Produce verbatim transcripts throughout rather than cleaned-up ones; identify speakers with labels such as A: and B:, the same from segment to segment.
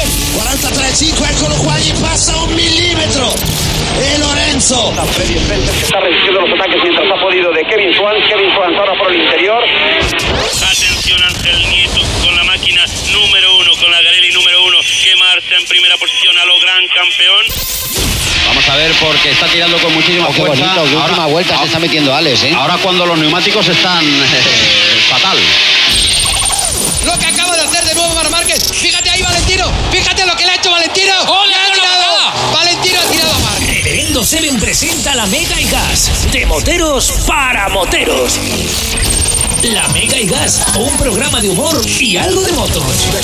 A: quarantatré cinque, eccolo qua, gli passa un millimetro. E Lorenzo.
B: Freddy Spencer que está resistiendo los ataques mientras ha podido de Kevin Swan. Kevin Swan ahora por el interior.
C: Atención, Ángel Nieto con la máquina número uno, con la Garelli número uno, que marcha en primera posición a lo gran campeón.
D: Vamos a ver porque está tirando con muchísima
E: oh, qué
D: fuerza.
E: Bonito, qué última vuelta ahora, se está metiendo Alex, ¿eh?
D: Ahora cuando los neumáticos están eh, fatal.
F: Lo que acaba de hacer de nuevo Marc Márquez. Fíjate ahí, Valentino. Fíjate lo que le ha hecho Valentino.
G: ¡Oh, le
F: ha tirado! Valentino ha tirado a Marc.
G: Reverendo Seven presenta la Mega y Gas. De moteros para moteros. La Mega y Gas, un programa de humor y algo de motos.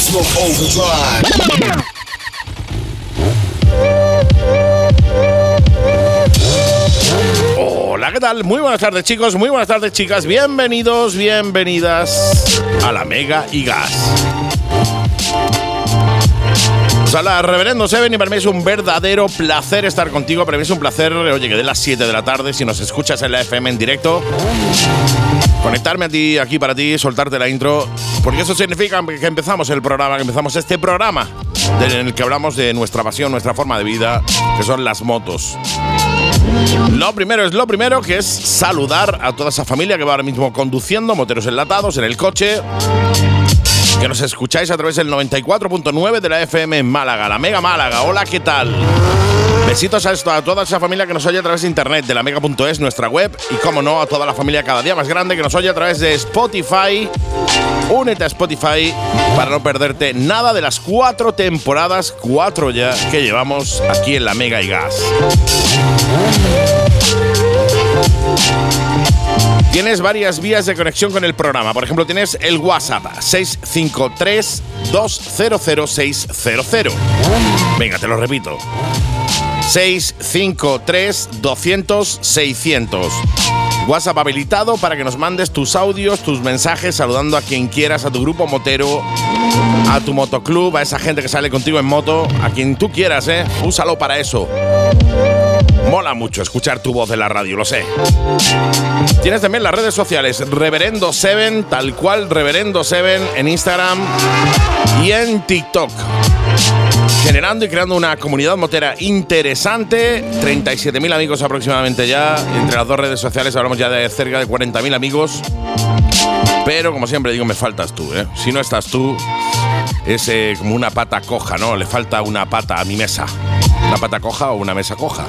H: Hola, ¿qué tal? Muy buenas tardes, chicos, muy buenas tardes, chicas. Bienvenidos, bienvenidas a la Mega y Gas. Os habla Reverendo Seven y para mí es un verdadero placer estar contigo. Para mí es un placer, oye, que de las siete de la tarde, si nos escuchas en la F M en directo, conectarme a ti, aquí para ti, soltarte la intro, porque eso significa que empezamos el programa, que empezamos este programa en el que hablamos de nuestra pasión, nuestra forma de vida, que son las motos. Lo primero es lo primero, que es saludar a toda esa familia que va ahora mismo conduciendo, moteros enlatados en el coche, que nos escucháis a través del noventa y cuatro punto nueve de la F M en Málaga, la Mega Málaga. Hola, ¿qué tal? Besitos a, esto, a toda esa familia que nos oye a través de internet, de la mega punto es, nuestra web, y como no, a toda la familia cada día más grande que nos oye a través de Spotify. Únete a Spotify para no perderte nada de las cuatro temporadas, cuatro ya, que llevamos aquí en la Mega y Gas. Tienes varias vías de conexión con el programa. Por ejemplo, tienes el WhatsApp seis cinco tres, dos cero cero, seis cero cero. Venga, te lo repito. seis cinco tres, doscientos, seiscientos. WhatsApp habilitado para que nos mandes tus audios, tus mensajes, saludando a quien quieras, a tu grupo motero, a tu motoclub, a esa gente que sale contigo en moto, a quien tú quieras, ¿eh? Úsalo para eso. Mola mucho escuchar tu voz en la radio, lo sé. Tienes también las redes sociales, Reverendo Seven, tal cual Reverendo Seven, en Instagram y en TikTok. Generando y creando una comunidad motera interesante, treinta y siete mil amigos aproximadamente ya. Entre las dos redes sociales hablamos ya de cerca de cuarenta mil amigos. Pero como siempre digo, me faltas tú, ¿eh? Si no estás tú, es eh, como una pata coja, ¿no? Le falta una pata a mi mesa. Una pata coja o una mesa coja.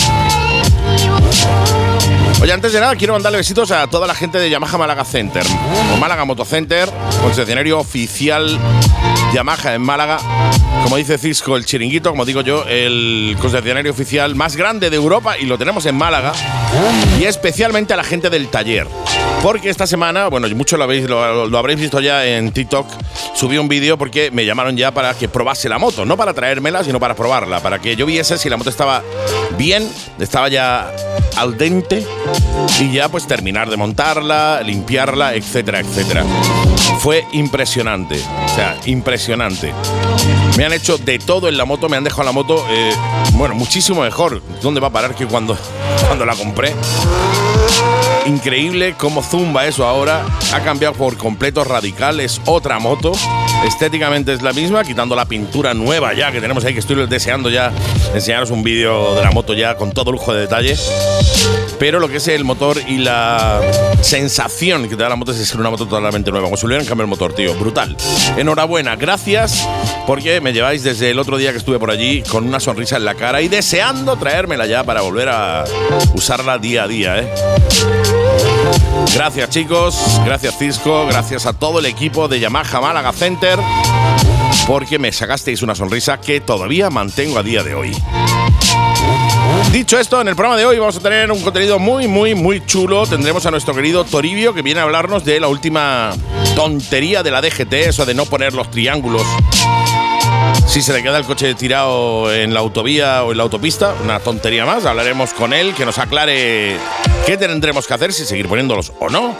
H: Oye, antes de nada quiero mandarle besitos a toda la gente de Yamaha Málaga Center o Málaga Moto Center, concesionario oficial Yamaha en Málaga. Como dice Cisco, el chiringuito, como digo yo, el concesionario oficial más grande de Europa, y lo tenemos en Málaga. Y especialmente a la gente del taller, porque esta semana, bueno, muchos lo, habéis, lo, lo habréis visto ya en TikTok, subí un vídeo porque me llamaron ya para que probase la moto, no para traérmela, sino para probarla, para que yo viese si la moto estaba bien, estaba ya al dente, y ya pues terminar de montarla, limpiarla, etcétera, etcétera. Fue impresionante, o sea, impresionante. Me han hecho de todo en la moto, me han dejado la moto, eh, bueno, muchísimo mejor. ¿Dónde va a parar que cuando, cuando la compré? Increíble cómo zumba eso ahora. Ha cambiado por completo, radical. Es otra moto. Estéticamente es la misma, quitando la pintura nueva ya que tenemos ahí, que estoy deseando ya enseñaros un vídeo de la moto ya con todo lujo de detalle. Pero lo que es el motor y la sensación que te da la moto es ser una moto totalmente nueva, como si hubieran cambiado el motor, tío. Brutal. Enhorabuena, gracias, porque me lleváis desde el otro día que estuve por allí con una sonrisa en la cara y deseando traérmela ya para volver a usarla día a día, ¿eh? Gracias, chicos, gracias, Cisco, gracias a todo el equipo de Yamaha Málaga Center, porque me sacasteis una sonrisa que todavía mantengo a día de hoy. Dicho esto, en el programa de hoy vamos a tener un contenido muy, muy, muy chulo. Tendremos a nuestro querido Toribio, que viene a hablarnos de la última tontería de la D G T, eso de no poner los triángulos si se le queda el coche tirado en la autovía o en la autopista. Una tontería más. Hablaremos con él, que nos aclare qué tendremos que hacer, si seguir poniéndolos o no.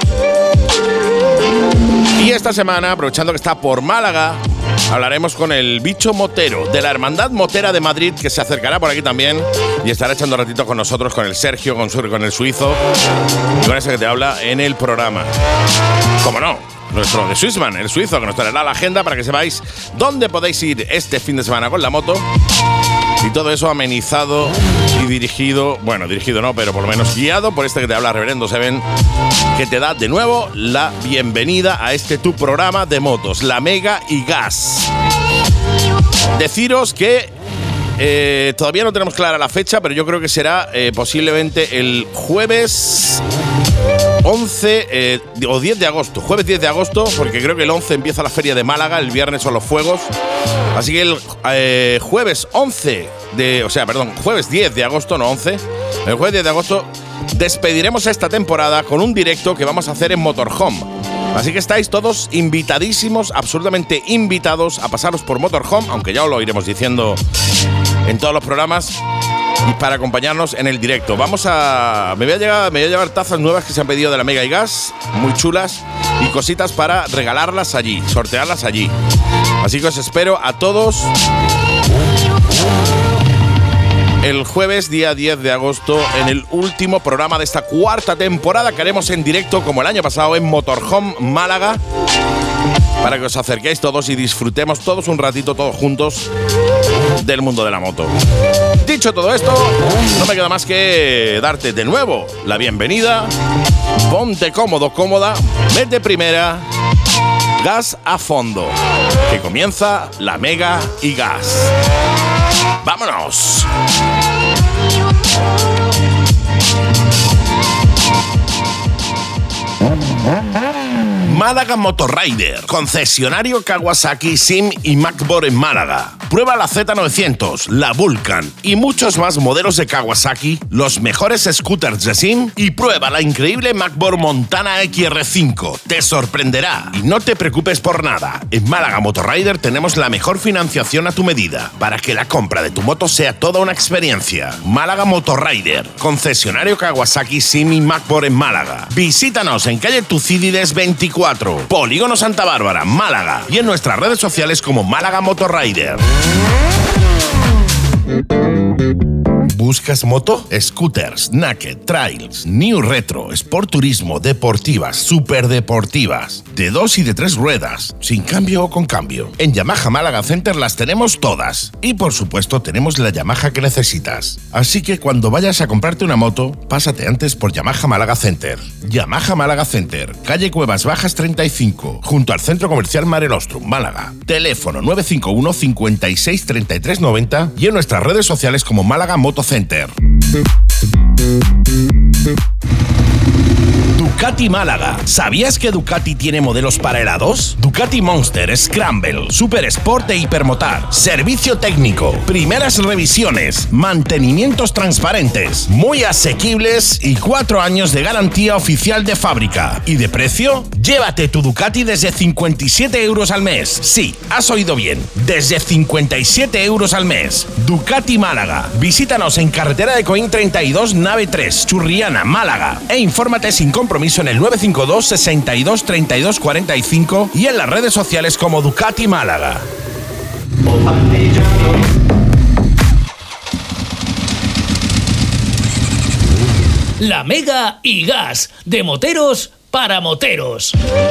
H: Y esta semana, aprovechando que está por Málaga, hablaremos con el bicho motero de la Hermandad Motera de Madrid, que se acercará por aquí también y estará echando ratito con nosotros, con el Sergio, con, su, con el suizo y con ese que te habla en el programa. ¿Cómo no? nuestro de Swissman, el suizo, que nos traerá la agenda para que sepáis dónde podéis ir este fin de semana con la moto. Y todo eso amenizado y dirigido, bueno, dirigido no, pero por lo menos guiado por este que te habla Reverendo Seven, que te da de nuevo la bienvenida a este tu programa de motos, la Mega y Gas. Deciros que eh, todavía no tenemos clara la fecha, pero yo creo que será eh, posiblemente el jueves once eh, o diez de agosto, jueves diez de agosto, porque creo que el once empieza la feria de Málaga, el viernes son los fuegos. Así que el eh, jueves once de, o sea, perdón, jueves diez de agosto, no once, el jueves diez de agosto despediremos esta temporada con un directo que vamos a hacer en Motorhome. Así que estáis todos invitadísimos, absolutamente invitados a pasaros por Motorhome, aunque ya os lo iremos diciendo en todos los programas, y para acompañarnos en el directo. Vamos a... Me voy a, llegar, me voy a llevar tazas nuevas que se han pedido de la Mega y Gas, muy chulas, y cositas para regalarlas allí, sortearlas allí. Así que os espero a todos el jueves día diez de agosto en el último programa de esta cuarta temporada que haremos en directo como el año pasado en Motorhome Málaga, para que os acerquéis todos y disfrutemos todos un ratito todos juntos del mundo de la moto. Dicho todo esto, no me queda más que darte de nuevo la bienvenida. Ponte cómodo, cómoda, mete primera, gas a fondo, que comienza la Mega y Gas. ¡Vámonos! Málaga Motorrider, concesionario Kawasaki, Sim y Macbor en Málaga. Prueba la Z novecientos, la Vulcan y muchos más modelos de Kawasaki, los mejores scooters de Sim y prueba la increíble Macbor Montana X R cinco. Te sorprenderá. Y no te preocupes por nada. En Málaga Motorrider tenemos la mejor financiación a tu medida para que la compra de tu moto sea toda una experiencia. Málaga Motorrider, concesionario Kawasaki, Sim y Macbor en Málaga. Visítanos en calle Tucídides veinticuatro, Polígono Santa Bárbara, Málaga, y en nuestras redes sociales como Málaga Motorrider. ¿Buscas moto? Scooters, naked, trails, new retro, sport turismo, deportivas, super deportivas, de dos y de tres ruedas, sin cambio o con cambio. En Yamaha Málaga Center las tenemos todas. Y por supuesto tenemos la Yamaha que necesitas. Así que cuando vayas a comprarte una moto, pásate antes por Yamaha Málaga Center. Yamaha Málaga Center, calle Cuevas Bajas treinta y cinco, junto al Centro Comercial Mare Nostrum, Málaga. Teléfono nueve cinco uno, cincuenta y seis, treinta y tres noventa y en nuestras redes sociales como Málaga Moto Center. Ducati Málaga. ¿Sabías que Ducati tiene modelos para helados? Ducati Monster, Scramble, Super Sport e Hipermotar. Servicio técnico, primeras revisiones, mantenimientos transparentes, muy asequibles y cuatro años de garantía oficial de fábrica. ¿Y de precio? Llévate tu Ducati desde cincuenta y siete euros al mes. Sí, has oído bien, desde cincuenta y siete euros al mes. Ducati Málaga. Visítanos en carretera de Coín treinta y dos, nave tres, Churriana, Málaga. E infórmate sin compromiso en el nueve cinco dos, sesenta y dos, treinta y dos, cuarenta y cinco y en las redes sociales como Ducati Málaga.
G: La Mega y Gas, de moteros para moteros.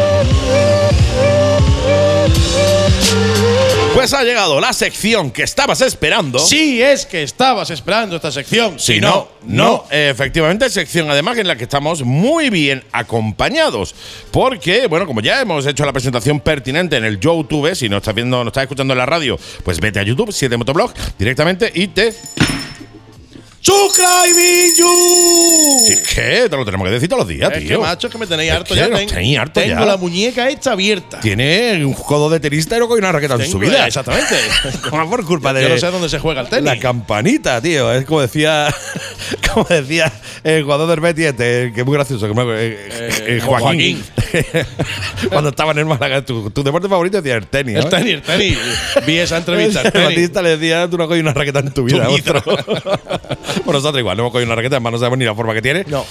H: Pues ha llegado la sección que estabas esperando.
I: Sí, es que estabas esperando esta sección.
H: Si no, no, no. Efectivamente, sección además en la que estamos muy bien acompañados. Porque, bueno, como ya hemos hecho la presentación pertinente en el YouTube, si no estás viendo, no estás escuchando en la radio, pues vete a YouTube, siete Motoblog, directamente y te...
I: ¡Subscribing you!
H: ¿Qué? Te lo tenemos que decir todos los días,
I: es
H: tío.
I: Que, macho, es que me tenéis
H: es
I: harto
H: que
I: ya.
H: Nos
I: Ten,
H: tenéis harto
I: tengo
H: ya.
I: la muñeca hecha abierta.
H: Tiene un codo de tenista y no coge una raqueta en su vida.
I: Exactamente.
H: Como por culpa de...
I: Yo no sé dónde se juega el tenis.
H: La campanita, tío. Es como decía como decía el jugador del Betis este, que es muy gracioso. Que me, eh, eh, Joaquín. Joaquín. Cuando estaba en el Málaga, tu, tu deporte favorito decía el tenis.
I: El
H: ¿no?
I: tenis, el tenis. Vi esa entrevista. El tenis.
H: Batista le decía, tú no coges una raqueta en tu vida. Por nosotros igual, no hemos cogido una raqueta, además no sabemos ni la forma que tiene.
I: No.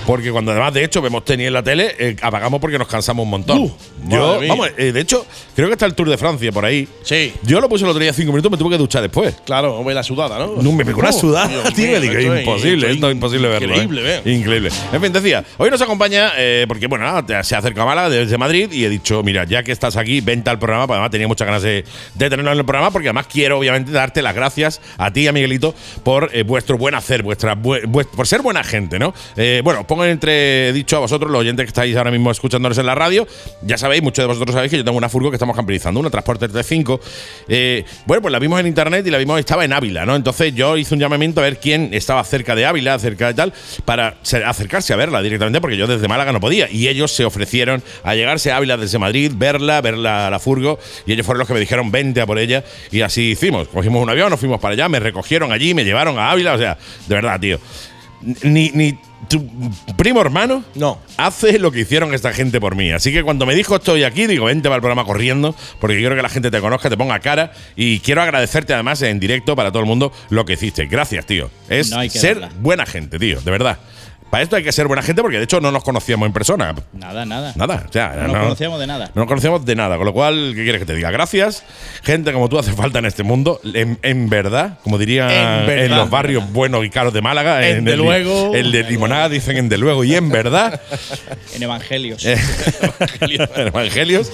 H: porque cuando además, de hecho, vemos tenis en la tele, eh, apagamos porque nos cansamos un montón.
I: Uh,
H: Yo,
I: madre mía.
H: vamos, eh, de hecho, creo que está el Tour de Francia por ahí.
I: Sí.
H: Yo lo puse el otro día cinco minutos, me tuve que duchar después.
I: Claro, hombre, la sudada, ¿no?
H: No, me pegó una
I: Oh,
H: sudada,
I: Dios
H: tío.
I: mío,
H: Digo,
I: esto es-
H: imposible, esto es imposible verlo.
I: Increíble,
H: ¿eh?
I: ¿eh?
H: Increíble. En fin, decía, hoy nos acompaña, eh, porque bueno, nada, se acerca a Málaga desde Madrid y he dicho, mira, ya que estás aquí, vente al programa, porque además tenía muchas ganas de, de tenerlo en el programa, porque además quiero, obviamente, darte las gracias a ti y a Miguelito por eh, vuestro buen hacer, vuestra, bu- vuest- por ser buena gente, ¿no? Eh, bueno, os pongo entre dicho a vosotros, los oyentes que estáis ahora mismo escuchándonos en la radio, ya sabéis, muchos de vosotros sabéis que yo tengo una furgo que estamos camperizando, una Transporter T cinco. Eh, bueno, pues la vimos en internet y la vimos, estaba en Ávila, ¿no? Entonces yo hice un llamamiento a ver quién estaba cerca de Ávila, cerca de tal, para se- acercarse a verla directamente, porque yo desde Málaga no podía. Y ellos se ofrecieron a llegarse a Ávila desde Madrid, verla, verla a la furgo, y ellos fueron los que me dijeron, vente a por ella, y así hicimos. Cogimos un avión, nos fuimos para allá, me recogieron allí, me llevaron a Ávila, o sea, de verdad, tío. Ni, ni tu primo hermano
I: No.
H: hace lo que hicieron esta gente por mí. Así que cuando me dijo estoy aquí, digo, vente para el programa corriendo, porque quiero que la gente te conozca, te ponga cara, y quiero agradecerte además en directo para todo el mundo lo que hiciste. Gracias, tío. Es
E: No hay que
H: ser
E: darla.
H: buena gente, tío, de verdad. Para esto hay que ser buena gente, porque de hecho no nos conocíamos en persona.
E: Nada, nada.
H: Nada, o sea,
E: No nos conocíamos de nada.
H: No nos conocíamos de nada, con lo cual, ¿qué quieres que te diga? Gracias. Gente como tú hace falta en este mundo, en, en verdad, como diría
I: En
H: en,
I: verdad.
H: los barrios buenos y caros de Málaga.
I: En de
H: el,
I: luego.
H: El de limonada dicen en de luego y en verdad.
E: En Evangelios.
H: Eh, Evangelios.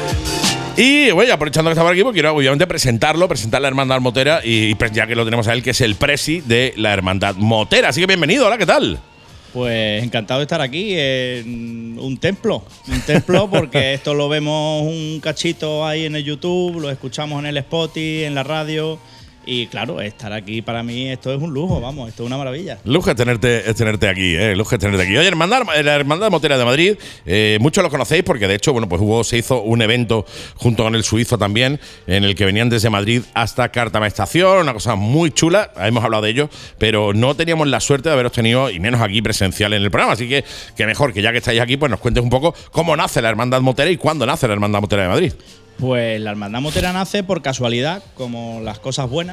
H: Y bueno, aprovechando que está por aquí, pues quiero obviamente presentarlo, presentar la Hermandad Motera, y, y pues ya que lo tenemos a él, que es el presi de la Hermandad Motera. Así que bienvenido, hola, ¿qué tal?
E: Pues encantado de estar aquí en un templo. Un templo porque esto lo vemos un cachito ahí en el YouTube, lo escuchamos en el Spotify, en la radio. Y claro, estar aquí para mí esto es un lujo, vamos, esto es una maravilla.
H: Lujo es tenerte, es tenerte aquí, eh. Lujo es tenerte aquí. Oye, hermandad, la Hermandad Motera de Madrid, eh, muchos lo conocéis porque de hecho, bueno, pues hubo, se hizo un evento junto con el suizo también, en el que venían desde Madrid hasta Cártama Estación, una cosa muy chula, hemos hablado de ello, pero no teníamos la suerte de haberos tenido, y menos aquí presencial en el programa, así que, que mejor que ya que estáis aquí, pues nos cuentes un poco cómo nace la Hermandad Motera y cuándo nace la Hermandad Motera de Madrid.
E: Pues la Hermandad Motera nace por casualidad, como las cosas buenas,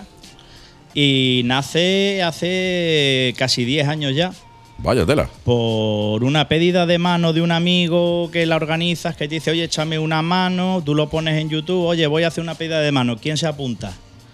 E: y nace hace casi diez años ya,
H: Vaya tela.
E: por una pedida de mano de un amigo que la organizas, que te dice, oye, échame una mano, tú lo pones en YouTube, oye, voy a hacer una pedida de mano, ¿quién se apunta?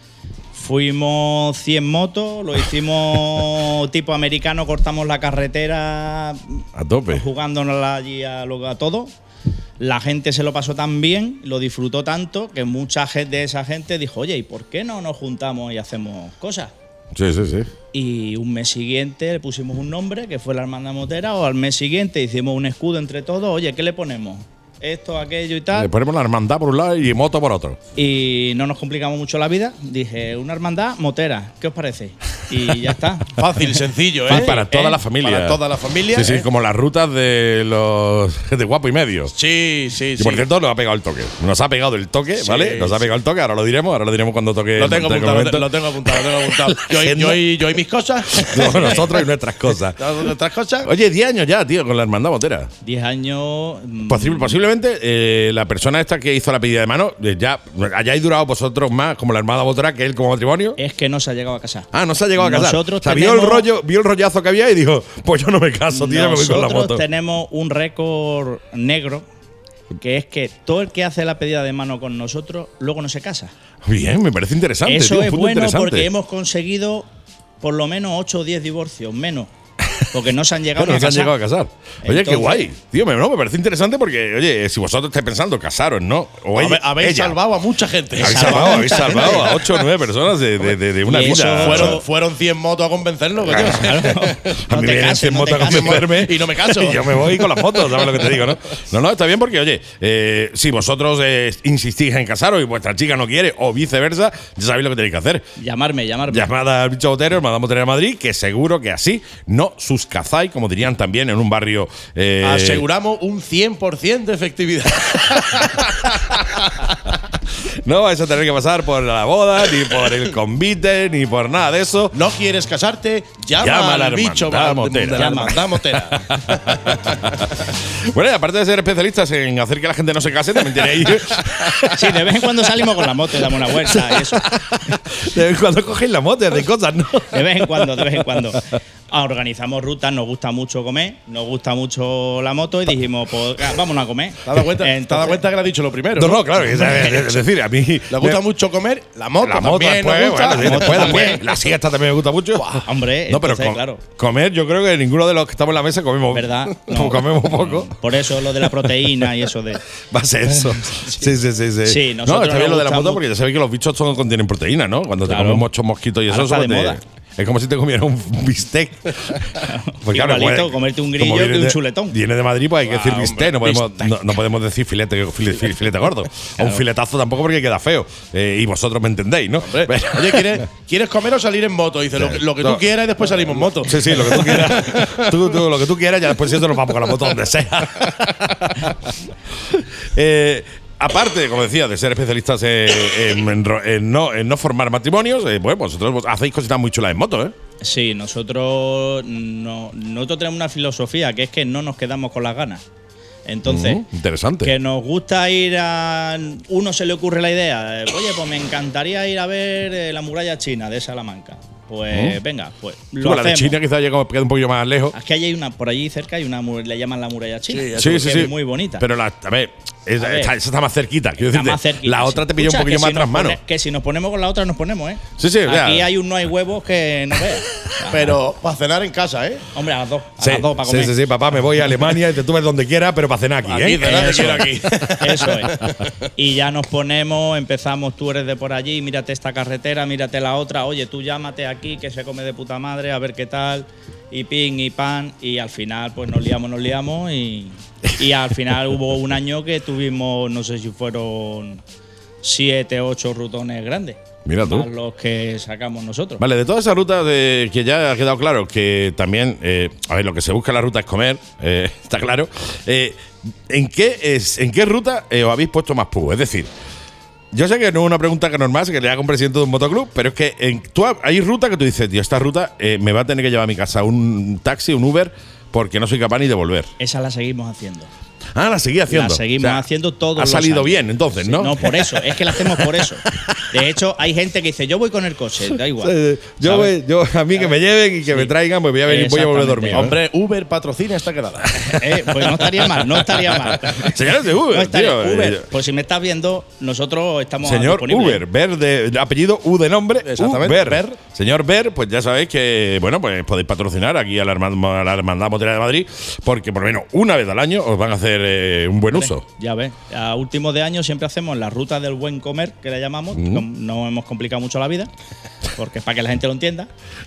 E: Fuimos cien motos, lo hicimos tipo americano, cortamos la carretera
H: A tope.
E: jugándonos allí a, lo- a todo. La gente se lo pasó tan bien, lo disfrutó tanto, que mucha gente de esa gente dijo, oye, ¿y por qué no nos juntamos y hacemos cosas?
H: Sí, sí, sí.
E: Y un mes siguiente le pusimos un nombre, que fue la Hermandad Motera, o al mes siguiente hicimos un escudo entre todos, oye, ¿qué le ponemos? Esto, aquello y
H: Le
E: tal.
H: ponemos la hermandad por un lado y moto por otro.
E: Y no nos complicamos mucho la vida. Dije, una hermandad motera, ¿qué os parece? Y ya está.
I: Fácil, sencillo, ¿eh?
H: Fácil para toda
I: ¿Eh?
H: la familia.
I: Para toda la familia.
H: Sí, sí,
I: ¿eh?
H: como las rutas de los de guapo y medio.
I: Sí, sí,
H: Y
I: sí.
H: por cierto, nos ha pegado el toque. Nos ha pegado el toque,
I: Sí,
H: ¿vale? Nos ha
I: sí.
H: pegado el toque, ahora lo diremos, ahora lo diremos cuando toque.
I: Lo tengo
H: el
I: apuntado,
H: momento.
I: lo tengo apuntado, lo tengo apuntado. Yo,
H: Agenda.
I: yo, y- yo y mis cosas.
H: No, nosotros y nuestras cosas.
I: Todas nuestras cosas.
H: Oye, diez años ya, tío, con la hermandad motera.
E: Diez años. mm,
H: Posible- posiblemente eh, la persona esta que hizo la pedida de mano eh, ya hayáis durado vosotros más como la hermandad motera que él como matrimonio.
E: Es que no se ha llegado a casar.
H: Ah, no se ha llegado a casar.
E: Nosotros
H: O sea, vio el
E: tenemos-
H: rollo, vio el rollazo que había y dijo, pues yo no me caso, tío, me voy con la
E: Nosotros
H: moto.
E: tenemos un récord negro, que es que todo el que hace la pedida de mano con nosotros luego no se casa.
H: Bien, me parece interesante.
E: Eso
H: tío, un
E: es
H: punto
E: bueno
H: interesante.
E: porque hemos conseguido por lo menos ocho o diez divorcios, menos. Porque no se han llegado
H: Claro,
E: ni a
H: se han
E: casar.
H: llegado a casar. Oye,
E: Entonces-
H: qué guay. Tío, me, no, me parece interesante porque, oye, si vosotros estáis pensando casaros, ¿no? O
I: Habe-
H: ella-
I: habéis
H: ella.
I: salvado a mucha gente.
H: Habéis
E: salvado
H: salvado,
E: a
H: habéis
E: mucha
H: salvado
E: gente.
H: a ocho o nueve personas de, de, de, de una
E: Y eso
H: vida.
I: Fueron, fueron cien motos a convencerlo, coño.
H: A
E: No
H: mí
E: te
H: me vienen
E: cases,
H: cien
E: no
H: motos
E: te
H: a
E: cases.
H: convencerme
I: Y no me caso.
H: Y yo me voy con las motos, ¿sabes lo que te digo, no? No, no, está bien porque, oye, eh, si vosotros eh, insistís en casaros y vuestra chica no quiere o viceversa, ya sabéis lo que tenéis que hacer.
E: Llamarme, llamarme.
H: Llamada al bicho botero, Hermandad Motera de Madrid, que seguro que así no sus cazáis, como dirían también en un barrio. eh,
I: Aseguramos un cien por ciento de efectividad.
H: No vais a tener que pasar por la boda, ni por el convite, ni por nada de eso.
I: ¿No quieres casarte? Llama,
H: Llama a la
I: al bicho
H: hermandad
I: de-
H: motera.
I: de la hermandad motera.
H: Bueno, y aparte de ser especialistas en hacer que la gente no se case, también tenéis.
E: Sí, de vez en cuando salimos con la moto y damos una vuelta y eso.
H: De vez en cuando cogéis la moto y hacéis cosas, ¿no?
E: De vez en cuando, de vez en cuando. Ah, organizamos rutas, nos gusta mucho comer, nos gusta mucho la moto y dijimos, pues ah, vámonos a comer.
I: ¿Te has dado cuenta,
E: Entonces,
I: ¿te has dado cuenta que le ha dicho lo primero?
H: No, no, claro. Es, es decir, a mí.
I: Le gusta mucho comer, la moto
H: La moto
I: también
H: después,
I: nos gusta.
H: bueno, sí,
E: la moto
H: después,
E: también.
H: después. La siesta también me gusta mucho.
E: Hombre,
H: no, pero
E: entonces,
H: com-
E: claro.
H: comer, yo creo que ninguno de los que estamos en la mesa comemos.
E: ¿Verdad?
H: No. Comemos poco.
E: Por eso lo de la proteína y eso de.
H: Va a ser eso. Sí, sí, sí. Sí,
E: Sí,
H: no,
E: nosotros
H: está bien
E: nos
H: lo de la
E: gusta
H: moto
E: mucho.
H: porque ya sabéis que los bichos todos contienen proteína, ¿no? Cuando te
E: Claro.
H: comes muchos mosquitos y eso,
E: Ahora está
H: eso
E: de
H: te-
E: moda.
H: es como si te comieras un bistec. Pues
E: Igualito, comerte un grillo
H: como
E: que
H: viene
E: un
H: de-
E: chuletón.
H: Viene de Madrid, pues hay que
E: Guau,
H: decir bistec. No
E: hombre,
H: podemos,
E: bistec.
H: no, no podemos decir filete, filete, filete, filete gordo. O un filetazo tampoco porque queda feo. Eh, y vosotros me entendéis, ¿no?
I: Hombre,
H: Pero-
I: Oye, ¿quieres, ¿quieres comer o salir en moto? Dice, lo, que- lo que tú
H: No.
I: quieras y después salimos en moto.
H: Sí, sí, lo que tú quieras. Tú, tú, lo que tú quieras, ya después si eso nos vamos con la moto donde sea. eh, aparte, como decía, de ser especialistas en, en- en ro- en no, en no formar matrimonios, eh, bueno, vosotros hacéis cositas muy chulas en moto, ¿eh?
E: Sí, nosotros no, nosotros tenemos una filosofía que es que no nos quedamos con las ganas. Entonces,
H: Mm, interesante.
E: que nos gusta ir a. Uno se le ocurre la idea, eh, oye, pues me encantaría ir a ver eh, la muralla china de Salamanca. Pues
H: Mm.
E: venga, pues
H: Tú,
E: lo
H: la de
E: hacemos.
H: China quizás llega queda un poquito más lejos.
E: Es que hay una, por allí cerca hay una, mu- le llaman la muralla china.
H: Sí,
E: que
H: sí, sí.
E: Es muy bonita.
H: Pero la, a ver, es-
E: A ver.
H: Está, esa está más cerquita. Quiero
E: Está
H: decirte,
E: más cerquita,
H: la
E: sí.
H: otra te pilla un
E: Escucha,
H: poquillo
E: que
H: más
E: si
H: tras
E: nos
H: mano.
E: pone- Que si nos ponemos con la otra, nos ponemos, ¿eh?
H: Sí, sí, ya.
E: Aquí hay un no hay huevos que no veas.
I: Pero para cenar en casa, ¿eh?
E: Hombre, a las dos. A
H: Sí,
E: las dos para
H: sí,
E: comer.
H: sí, sí, papá, me voy a Alemania y te tuves donde quiera, pero para cenar aquí,
I: Aquí,
H: ¿eh?
I: cenar te
E: Eso
I: quiero
E: es.
I: aquí.
E: Eso es. Y ya nos ponemos, empezamos, tú eres de por allí, mírate esta carretera, mírate la otra, oye, tú llámate aquí, que se come de puta madre, a ver qué tal, y pin, y pan, y al final pues nos liamos, nos liamos, y, y al final hubo un año que tuvimos, no sé si fueron siete, ocho rutones grandes.
H: Mira tú.
E: Más los que sacamos nosotros.
H: Vale, de todas esas rutas de- que ya ha quedado claro que también, eh, a ver, lo que se busca en la ruta es comer, eh, está claro. Eh, ¿en, qué es, ¿En qué ruta eh, os habéis puesto más pug? Es decir, yo sé que no es una pregunta que normal, que le haga un presidente de un motoclub, pero es que en, tú, ha- hay ruta que tú dices, tío, esta ruta eh, me va a tener que llevar a mi casa un taxi, un Uber, porque no soy capaz ni de volver.
E: Esa la seguimos haciendo.
H: Ah, la seguí haciendo.
E: La seguimos
H: O sea,
E: haciendo todos
H: Ha
E: los
H: salido
E: años.
H: bien, entonces, ¿no?
E: No, por eso. Es que la hacemos por eso. De hecho, hay gente que dice, yo voy con el coche, da igual.
H: Eh, Yo,
E: ¿sabes?
H: voy- yo a mí que me lleven y que me traigan, pues voy a, venir, voy a volver
E: Exactamente.
H: dormido. ¿eh?
I: Hombre, Uber patrocina esta quedada.
E: Eh, pues no estaría mal, no estaría mal.
H: Señores de Uber,
E: No estaría-
H: tío,
E: Uber,
H: eh,
E: pues si me estás viendo, nosotros estamos
H: Señor
E: disponibles.
H: Uber, Ver de, de apellido U de nombre,
I: Exactamente,
H: Uber.
I: Ver.
H: Señor Ver, pues ya sabéis que, bueno, pues podéis patrocinar aquí a la, Hermand- a la Hermandad Motera de Madrid, porque por lo menos una vez al año os van a hacer eh, un buen uso.
E: Ya ves, a últimos de año siempre hacemos la ruta del buen comer, que le llamamos.
H: Mm.
E: Com- No hemos complicado mucho la vida, porque es para que la gente lo entienda.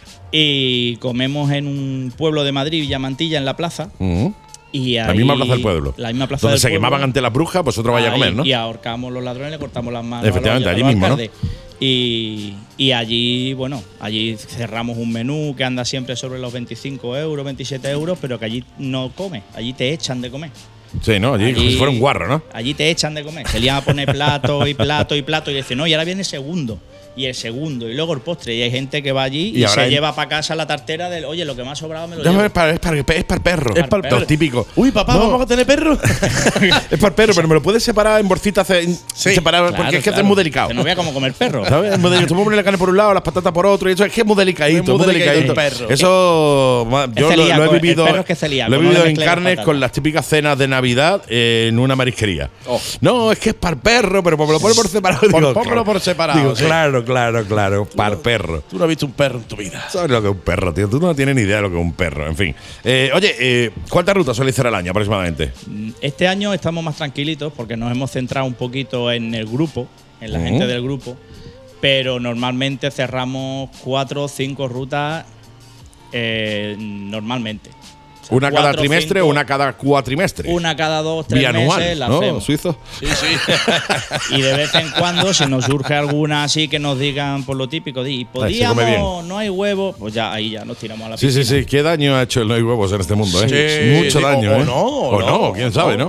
E: Y comemos en un pueblo de Madrid, Villamantilla, en la plaza.
H: Ujú.
E: Y
H: La
E: ahí-
H: misma plaza del pueblo.
E: La misma plaza
H: Donde
E: del
H: se
E: pueblo.
H: quemaban ante las brujas, pues otro vaya a
E: Ahí,
H: comer, ¿no?
E: Y ahorcamos los ladrones, le cortamos las manos.
H: Efectivamente,
E: a los-
H: allí
E: a los
H: mismo, ¿no?
E: alcaldes. Y, y allí, bueno, allí cerramos un menú que anda siempre sobre los veinticinco euros, veintisiete euros, pero que allí no comes, allí te echan de comer.
H: Sí, ¿no? Allí, como si fuera un guarro, ¿no?
E: Allí te echan de comer. Se lían a poner plato y plato y plato y dicen, no, y ahora viene el segundo. Y el segundo, y luego el postre. Y hay gente que va allí y,
H: Y ahora
E: se
H: hay-
E: lleva para casa la tartera del, oye, lo que me ha sobrado me lo
H: Ya,
E: llevo.
H: es, para, es, para, es para el perro.
E: Es para el perro.
H: Lo típico.
I: Uy, papá,
H: No.
I: ¿vamos a tener perro?
H: Es para el perro, pero me lo puedes separar en bolsitas. en- separar,
E: Claro,
H: porque es que
E: claro.
H: es muy delicado.
E: Que no vea cómo comer perro.
H: ¿Sabes? Es muy delicado. Tú puedes poner la carne por un lado, las patatas por otro, y eso es que es muy delicadito.
I: Es muy
H: muy
I: delicadito
H: delicadito.
I: el perro.
H: Eso ma- yo lo,
E: celíaco,
H: lo he
E: el
H: vivido,
E: perro es que es celíaco,
H: lo he
E: no le
H: vivido en
E: mezcles las
H: carnes
E: patatas.
H: con las típicas cenas de Navidad eh, en una marisquería.
I: Oh.
H: No, es que es para el perro, pero me lo pone por separado.
I: Por-
H: digo,
I: pónmelo
H: claro.
I: por separado,
H: Digo,
I: sí.
H: claro, claro, claro, para el perro.
I: Tú no has visto un perro en tu vida.
H: ¿Sabes lo que es un perro, tío? Tú no tienes ni idea de lo que es un perro. En fin. Eh, oye, eh, ¿cuántas rutas suele hacer al año aproximadamente?
E: Este año estamos más tranquilitos porque nos hemos centrado un poquito en el grupo, en la
H: Ujú.
E: gente del grupo, pero normalmente cerramos cuatro o cinco rutas eh, normalmente. O sea,
H: ¿Una cada
E: cuatro,
H: trimestre
E: cinco,
H: o una cada cuatrimestre?
E: Una cada dos, tres
H: Bianual,
E: meses la
H: ¿no?
E: hacemos.
H: Suizo.
I: Sí, sí.
E: Y de vez en cuando, si nos surge alguna así que nos digan por lo típico, di,
H: Ay, se come
E: podíamos,
H: bien.
E: no hay huevo, pues ya ahí ya nos tiramos a la
H: Sí,
E: piscina.
H: sí, sí. ¿Qué daño ha hecho el no hay huevos en este mundo, eh?
I: Sí,
H: Mucho
I: sí,
H: daño,
I: o
H: ¿eh?
I: no, o
H: o no,
I: no,
H: quién
I: o
H: sabe,
I: no.
H: ¿no?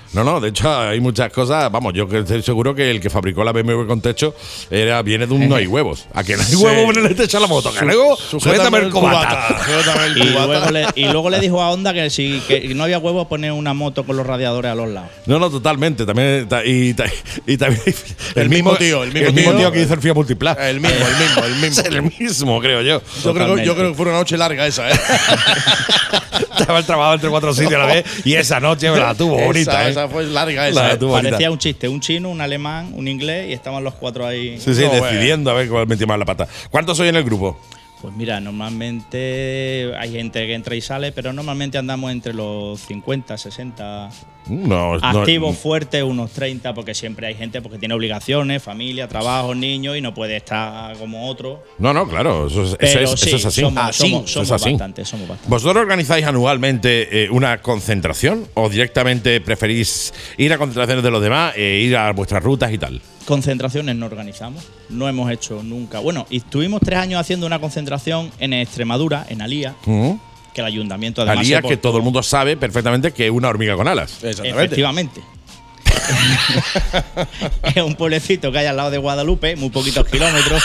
H: No, no, de hecho hay muchas cosas. Vamos, yo que estoy seguro que el que fabricó la B M W con techo era, viene de un no hay huevos. A que no hay
I: Sí.
H: huevos ponerle techo a la moto. Que luego sujétame el cubata.
I: Sujétame el
E: Y
I: cubata.
E: luego, le, y luego le dijo a Honda que si que no había huevos poner una moto con los radiadores a los lados.
H: No, no, totalmente. También, ta- y, ta- y también
I: El mismo tío, el mismo tío.
H: que hizo el Fiat Multipla.
I: El mismo, el mismo, el mismo.
H: Es el mismo, creo yo.
I: Yo creo, que- yo creo que fue una noche larga esa, ¿eh?
H: Estaba el trabajo entre cuatro sitios a la vez y esa noche me la tuvo bonita,
I: esa,
H: ¿eh?
I: esa fue larga esa.
H: La
I: ¿eh?
H: tuvo bonita.
E: Parecía un chiste, un chino, un alemán, un inglés y estaban los cuatro ahí.
H: Sí, sí,
I: No,
H: decidiendo a ver cuál metía más la pata. ¿Cuántos soy en el grupo?
E: Pues mira, normalmente hay gente que entra y sale, pero normalmente andamos entre los cincuenta, sesenta.
H: No, no-
E: Activos fuertes, unos treinta, porque siempre hay gente porque tiene obligaciones, familia, trabajo, niños y no puede estar como otro.
H: No, no, claro, eso es, eso
E: Pero
H: es,
E: sí,
H: eso es así.
E: somos,
H: Así,
E: somos,
H: eso es
E: somos
H: así.
E: bastantes, somos bastantes.
H: ¿Vosotros organizáis anualmente eh, una concentración o directamente preferís ir a concentraciones de los demás e ir a vuestras rutas y tal?
E: Concentraciones no organizamos, no hemos hecho nunca. Bueno, y estuvimos tres años haciendo una concentración en Extremadura, en Alía,
H: Ujú.
E: que el ayuntamiento además.
H: Alía,
E: se
H: que
E: portó-
H: todo el mundo sabe perfectamente que es una hormiga con alas.
I: Exactamente.
E: Efectivamente. Es un pueblecito que hay al lado de Guadalupe, muy poquitos kilómetros.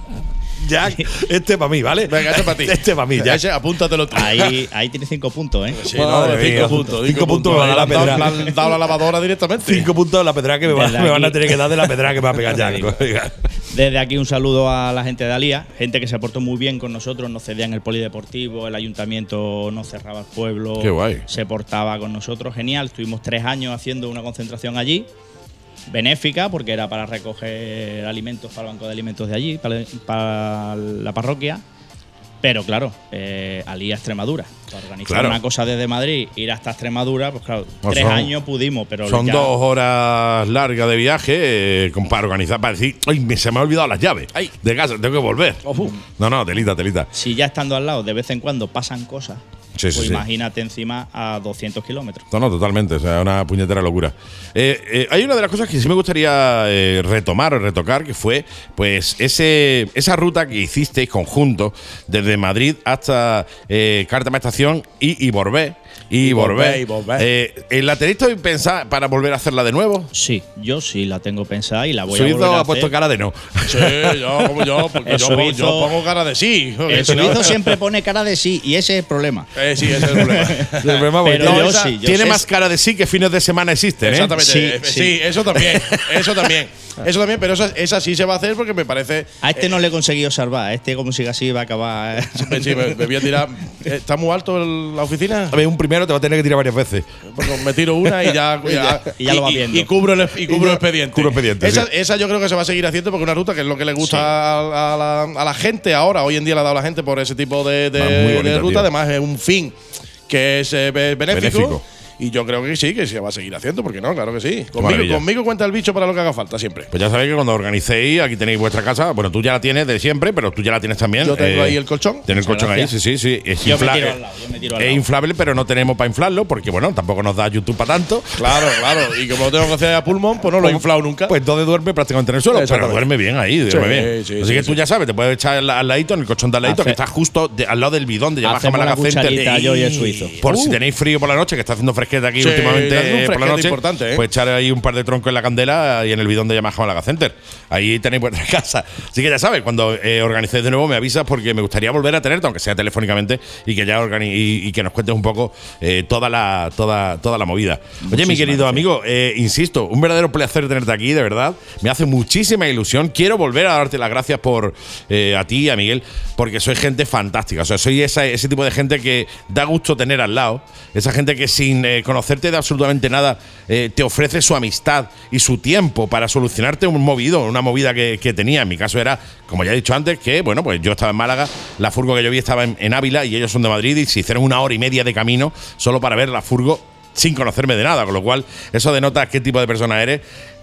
H: Jack, este para mí, ¿vale?
I: Venga, este para ti.
H: Este para mí, Jack.
I: Ese, apúntatelo tú.
E: Ahí, ahí tiene cinco puntos, ¿eh?
I: Sí,
H: Madre
I: no,
H: mía.
I: cinco puntos.
H: Cinco puntos me va a dar la
I: Le han dado-
H: pedra.
I: Le han dado la lavadora directamente.
H: Cinco puntos de la pedra que me, va-
E: Desde
H: me van a
E: aquí.
H: tener que dar de la pedra que me va a pegar Jack. Venga.
E: Desde aquí un saludo a la gente de Alía, gente que se portó muy bien con nosotros, nos cedían el polideportivo, el ayuntamiento no cerraba el pueblo,
H: Qué guay.
E: se portaba con nosotros, genial. Estuvimos tres años haciendo una concentración allí, benéfica, porque era para recoger alimentos para el banco de alimentos de allí, para, para la parroquia. Pero claro, eh, Alía Extremadura. Para organizar
H: Claro.
E: una cosa desde Madrid, ir hasta Extremadura, pues claro,
H: Pues
E: tres
H: son-
E: años pudimos, pero
H: Son
E: ya-
H: dos horas largas de viaje eh, con- para organizar, para decir, ¡ay, me, se me ha olvidado las llaves! ¡Ay, de casa, tengo que volver! No, no, telita, telita.
E: Si ya estando al lado de vez en cuando pasan cosas,
H: Sí, sí,
E: pues
H: sí.
E: imagínate encima a doscientos kilómetros.
H: No, no, totalmente. O sea, una puñetera locura. Eh, eh, hay una de las cosas que sí me gustaría eh, retomar o retocar, que fue pues ese esa ruta que hicisteis conjunto desde Madrid hasta eh, Cártama Estación y, y Borbé. Y,
I: Y
H: Borbé.
I: Borbé, y Borbé.
H: Eh, ¿La tenéis pensada para volver a hacerla de nuevo?
E: Sí, yo sí la tengo pensada y la voy a
H: Suizo
E: volver a
H: ha puesto
E: hacer.
H: cara de no.
I: Sí, yo, como yo, porque
E: El
I: yo, pongo-
E: suizo-
I: yo pongo cara de sí. porque
E: El
I: si no-
E: suizo siempre pone cara de sí y ese es el problema.
I: Eh, sí, ese es el problema.
H: El problema es que
E: Pero
H: no,
E: yo
H: esa-
E: sí, yo
H: tiene
E: sé-
H: más cara de sí que fines de semana existen, ¿eh?
I: Exactamente.
E: Sí,
I: Eh, sí,
E: sí.
I: eso también. Eso también. Eso también, pero esa, esa sí se va a hacer porque me parece.
E: A este no le he conseguido salvar, a este como siga así va a acabar.
I: Eh, sí, me, me voy a tirar. Eh, ¿Está muy alto el- la oficina?
H: A ver, un primero te va a tener que tirar varias veces.
I: Pues me tiro una y ya, ya,
E: Y ya lo va viendo.
I: Y, cubro el, y cubro el expediente.
H: cubro expediente,
I: Esa,
H: sí.
I: esa yo creo que se va a seguir haciendo porque es una ruta que es lo que le gusta a, a la, a la gente ahora. Hoy en día le ha dado a la gente por ese tipo de, de-
H: Ah, muy bonita,
I: de ruta.
H: tío.
I: Además, es un fin que es eh, be- benéfico.
H: Benéfico.
I: Y yo creo que sí, que se va a seguir haciendo, porque no, claro que sí.
H: maravilla.
I: Conmigo, conmigo cuenta el bicho para lo que haga falta siempre.
H: Pues ya sabéis que cuando organicéis, aquí tenéis vuestra casa. Bueno, tú ya la tienes de siempre, pero tú ya la tienes también.
I: Yo tengo
H: Eh,
I: ahí el colchón.
H: Tienes el
E: Muchas
H: colchón ahí, sí,
E: gracias.
H: sí, sí. Es,
E: Yo me
H: infla-
E: tiro al lado, yo me tiro al
H: es
E: lado.
H: inflable, pero no tenemos para inflarlo, porque bueno, tampoco nos da YouTube para tanto.
I: Claro, claro. Y como lo tengo que hacer a pulmón, pues no lo he inflado nunca.
H: Pues entonces duerme prácticamente en el suelo, pero
I: Exactamente.
H: duerme bien ahí, duerme
I: Sí,
H: bien.
I: sí,
H: Así
I: sí,
H: que
I: sí.
H: tú ya sabes, te puedes echar al, al ladito, en el colchón de al ladito,
E: Hace-
H: que está justo de- al lado del bidón de Yamaha
E: Hacemos
H: Málaga
E: una
H: Center.
E: cucharita, yo y el suizo.
H: Por si
I: Uh.
H: tenéis frío por la noche, que está haciendo fresqueta aquí
I: Sí,
H: últimamente
I: está haciendo un
H: eh, por la
I: fresquete
H: noche,
I: importante, ¿eh?
H: pues echar ahí un par de troncos en la candela y en el bidón de Yamaha Málaga Center. Ahí tenéis vuestra casa. Así que ya sabes, cuando eh, organicéis de nuevo me avisas porque me gustaría volver a tenerte, aunque sea telefónicamente, y que ya organi y, y que nos cuentes un poco eh, toda la toda toda la movida. Oye, mi
E: Muchísimas
H: querido
E: gracias.
H: amigo, eh, insisto, un verdadero placer tenerte aquí, de verdad. Me hace muchísima ilusión. Quiero volver a darte las gracias por eh, a ti y a Miguel, porque sois gente fantástica. O sea, soy esa, ese tipo de gente que da gusto tener al lado. Esa gente que sin eh, conocerte de absolutamente nada eh, te ofrece su amistad y su tiempo para solucionarte un movido, una movida que, que tenía. En mi caso era, como ya he dicho antes, que bueno, pues yo estaba en Málaga, la furgo que yo vi estaba en, en Ávila y ellos son de Madrid y se hicieron una hora y media de camino solo para ver la furgo sin conocerme de nada, con lo cual eso denota qué tipo de persona eres.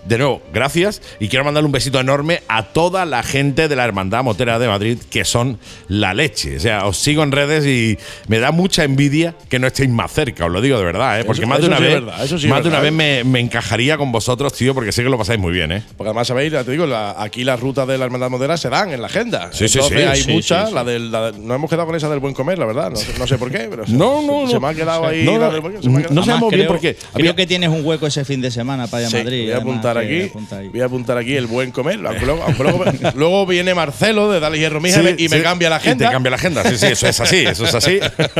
H: de nuevo, gracias. Y quiero mandarle un besito enorme a toda la gente de la Hermandad Motera de Madrid, que son la leche. O sea, os sigo en redes y me da mucha envidia que no estéis más cerca, os lo digo de verdad, ¿eh? Porque
I: Eso-
H: más de
I: eso
H: una
I: sí es
H: vez,
I: verdad, eso sí es
H: más de una
I: verdad.
H: vez me, me encajaría con vosotros, tío, porque sé que lo pasáis muy bien, ¿eh?
I: Porque además, sabéis, ya te digo, la- aquí las rutas de la Hermandad Motera se dan en la agenda.
H: Sí, sí,
I: Entonces
H: sí,
I: hay
H: sí,
I: muchas.
H: sí, sí.
I: La del, la de- no hemos quedado con esa del buen comer, la verdad. No, no sé por qué, pero se-
H: No, no,
I: se,
H: no.
I: me ha quedado ahí.
H: No,
I: la
H: no,
I: del buen- se me ha quedado.
H: no sé
E: Además,
H: muy bien
E: creo-
H: porque
E: Creo
H: había-
E: que tienes un hueco ese fin de semana para ir a
I: Sí,
E: Madrid.
I: voy a
E: además,
I: apuntar
E: que
I: aquí.
E: apunta ahí.
I: Voy a apuntar aquí el buen comer. Aunque luego, aunque luego, luego viene Marcelo de Dale Hierro Mija
H: Sí,
I: y me
H: sí.
I: cambia la
H: Y
I: agenda.
H: te cambia la agenda, sí, sí, eso es así, eso es así.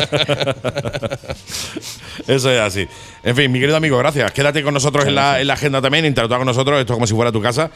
H: Eso es así. En fin, mi querido amigo, gracias. Quédate con nosotros en la, en la agenda también, interactúa con nosotros, esto es como si fuera tu casa,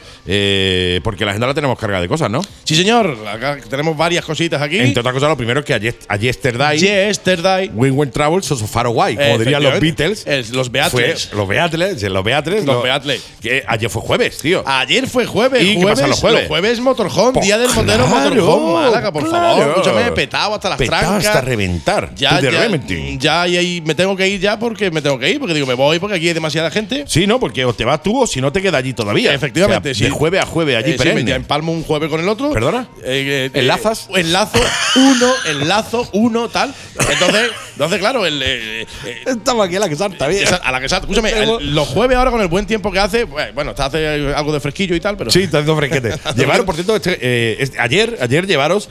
H: eh, porque la agenda la tenemos cargada de cosas, ¿no?
I: Sí, señor. Acá tenemos varias cositas aquí.
H: Entre otras cosas, lo primero es que a, Yes- a Yesterday,
I: Yesterday.
H: Win Win Travels o Far Away, como dirían los Beatles.
I: Es- los
H: Fue,
I: Beatles.
H: los Beatles, los Beatles.
I: Los Beatles.
H: Que ayer fue jueves, tío.
I: Ayer fue jueves.
H: ¿Y qué
I: jueves
H: pasa los jueves?
I: Los jueves Motorhome,
H: Pues
I: día del motero
H: claro,
I: Motorhome Málaga, por
H: claro.
I: favor. Escúchame, he petado hasta las
H: Petado
I: trancas.
H: hasta reventar.
I: Ya,
H: To the
I: ya,
H: remedy.
I: ya, y ahí me tengo que ir ya porque me tengo que ir, porque digo, me voy porque aquí hay demasiada gente.
H: Sí, no, porque o te vas tú o si no te queda allí todavía.
I: Efectivamente,
H: O sea,
I: sí.
H: De jueves a jueves allí
I: Eh, sí,
H: perenne.
I: ya empalmo un jueves con el otro.
H: ¿Perdona?
I: Eh, eh,
H: ¿Enlazas?
I: eh, enlazo uno, enlazo uno, tal. Entonces, entonces claro, el, eh, eh,
H: Estamos aquí a la que salta, bien.
I: esa- a la que salta. Escúchame, el- los jueves ahora con el buen tiempo que hace, pues, bueno, está hace algo de fresquillo y tal, pero.
H: Sí, está haciendo fresquete. Llevaros, por cierto, este, eh, este- ayer, ayer llevaros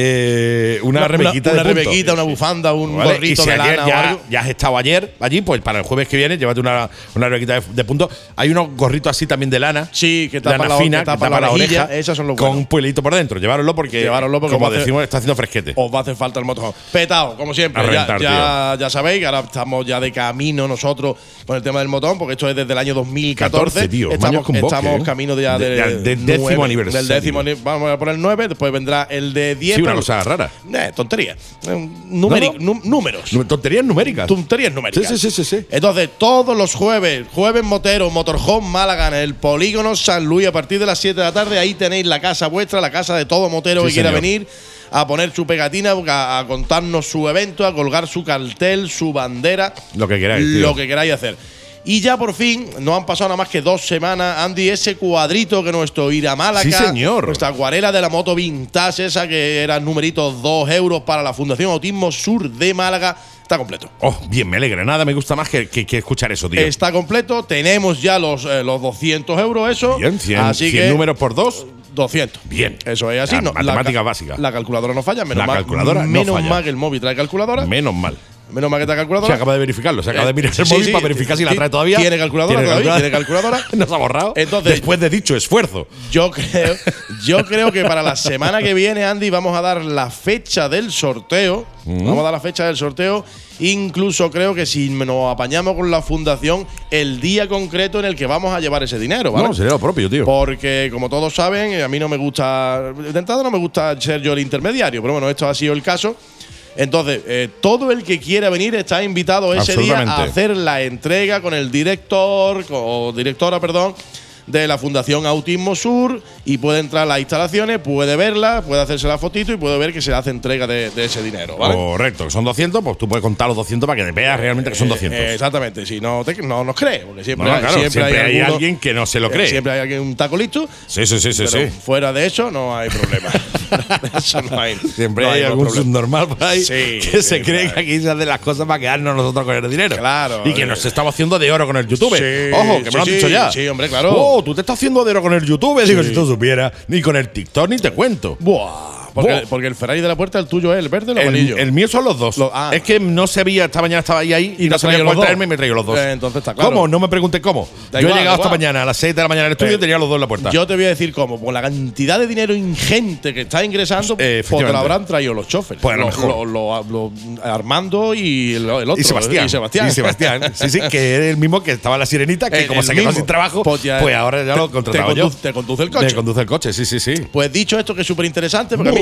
H: eh, una, rebequita
I: una,
H: de punto.
I: rebequita, una bufanda, un
H: ¿Vale?
I: gorrito
H: y si
I: de
H: ayer
I: lana o
H: ya,
I: algo.
H: ya has estado ayer allí, pues para el jueves que viene, llévate una, una rebequita de, de punto. Hay unos gorritos así también de lana.
I: Sí, que tapan
H: lana
I: la,
H: fina,
I: que tapan la,
H: oreja.
I: Esas son los
H: con
I: buenos.
H: un puelito por dentro. Llevároslo porque,
I: Llevároslo porque
H: como
I: va a hacer-
H: decimos, está haciendo fresquete.
I: Os va a hacer falta el motorhome. Petado, como siempre.
H: A
I: Ya,
H: reventar,
I: ya, ya sabéis que ahora estamos ya de camino nosotros con el tema del motorhome, porque esto es desde el año dos mil catorce.
H: catorce, tío.
I: Estamos,
H: Años con bosque,
I: estamos
H: ¿eh?
I: camino ya de,
H: De- de- del décimo
I: nueve,
H: aniversario.
I: Del décimo, ani- vamos a poner el nueve, después vendrá el de diez.
H: Sí, una
I: pero-
H: cosa rara.
I: Eh, tontería. Eh, numeri-
H: No,
I: nú- números.
H: Tonterías numéricas.
I: Tonterías numéricas.
H: Sí, sí, sí, sí, sí.
I: Entonces, todos los jueves, jueves Motero, Motorhome Málaga, en el Polígono San Luis, a partir de las siete de la tarde, ahí tenéis la casa vuestra, la casa de todo motero
H: Sí,
I: que quiera
H: señor.
I: venir a poner su pegatina, a, a contarnos su evento, a colgar su cartel, su bandera,
H: Lo que queráis, tío.
I: lo que queráis hacer. Y ya por fin, no han pasado nada más que dos semanas, Andy, ese cuadrito que nuestro Ir a Málaga,
H: Sí, señor.
I: nuestra acuarela de la moto vintage, esa que era numeritos dos euros para la Fundación Autismo Sur de Málaga, está completo.
H: Oh, bien, me alegra. Nada me gusta más que, que, que escuchar eso, tío.
I: Está completo, tenemos ya los, eh, los doscientos euros, eso.
H: Bien, cien,
I: así
H: cien
I: que
H: números por dos.
I: doscientos.
H: Bien.
I: Eso es así.
H: La
I: no,
H: matemática
I: ca-
H: básica.
I: La calculadora no falla, menos
H: La
I: mal.
H: calculadora no
I: menos
H: falla.
I: mal que el móvil trae calculadora.
H: Menos mal.
I: menos mal que trae
H: Se
I: calculadora.
H: acaba de verificarlo. Se acaba
I: Eh,
H: de mirar el
I: sí,
H: móvil
I: sí,
H: para verificar si la
I: sí,
H: trae todavía.
I: Tiene calculadora todavía, tiene calculadora.
H: Nos ha borrado.
I: Entonces-
H: Después de dicho esfuerzo.
I: Yo creo, yo creo que para la semana que viene, Andy, vamos a dar la fecha del sorteo.
H: Mm.
I: Vamos a dar la fecha del sorteo. Incluso creo que si nos apañamos con la fundación, el día concreto en el que vamos a llevar ese dinero, ¿vale?
H: No, sería lo propio, tío.
I: Porque, como todos saben, a mí no me gusta. De entrada no me gusta ser yo el intermediario, pero bueno, esto ha sido el caso. Entonces, eh, todo el que quiera venir está invitado ese día a
H: Absolutamente.
I: hacer la entrega con el director, o directora, perdón, de la Fundación Autismo Sur, y puede entrar a las instalaciones, puede verla, puede hacerse la fotito y puede ver que se hace entrega de, de ese dinero, ¿vale?
H: Correcto, que son doscientos, pues tú puedes contar los doscientos para que veas realmente que son doscientos.
I: Eh, exactamente, si no, te- no nos cree, porque siempre,
H: No,
I: hay,
H: claro,
I: siempre,
H: siempre hay
I: alguno-
H: alguien que no se lo
I: eh,
H: cree.
I: Siempre hay alguien un taco listo.
H: Sí, sí, sí, sí,
I: Pero
H: sí.
I: fuera de eso no hay problema. De eso no hay.
H: Siempre
I: no
H: hay
I: más
H: algún
I: problema.
H: subnormal por ahí
I: Sí,
H: que se
I: sí,
H: cree
I: claro.
H: que aquí se hacen las cosas para quedarnos nosotros con el dinero.
I: Claro.
H: Y que nos estamos haciendo de oro con el YouTube.
I: Sí,
H: Ojo, que
I: sí,
H: me lo han
I: sí,
H: dicho ya.
I: sí, hombre, claro.
H: Oh, tú te estás haciendo de oro con el YouTube. Digo,
I: Sí.
H: si tú supieras. Ni con el TikTok ni te cuento.
I: Buah. Porque,
H: Buah.
I: porque el Ferrari de la puerta, el tuyo es el verde o el amarillo.
H: El, el mío son los dos.
I: Lo- ah.
H: Es que no sabía, esta mañana estaba ahí, ahí y,
I: Y
H: no
I: te
H: sabía
I: traído
H: cuál
I: los dos.
H: traerme y me traigo los dos.
I: Eh, entonces está claro.
H: ¿Cómo? No me preguntes cómo.
I: Da
H: Yo
I: igual,
H: he llegado
I: da
H: esta
I: igual.
H: mañana a las seis de la mañana al estudio
I: Eh,
H: y tenía los dos en la puerta.
I: Yo te voy a decir cómo. Por la cantidad de dinero ingente que está ingresando,
H: Eh,
I: pues te
H: efectivamente.
I: lo habrán traído los choferes.
H: Pues a lo
I: Lo-
H: mejor.
I: lo- lo- lo- Armando y el, el otro.
H: Y Sebastián.
I: Y Sebastián.
H: Y Sebastián. Sí, sí, que era el mismo que estaba en la Sirenita, que
I: El-
H: como
I: el
H: se quedó
I: mismo.
H: sin trabajo,
I: Pues
H: pues,
I: ya-
H: ahora ya lo he
I: te-
H: contratado
I: te
H: yo.
I: conduce- te conduce el coche.
H: Me conduce el coche, sí, sí, sí.
I: Pues dicho esto, que es súper interesante, porque a mí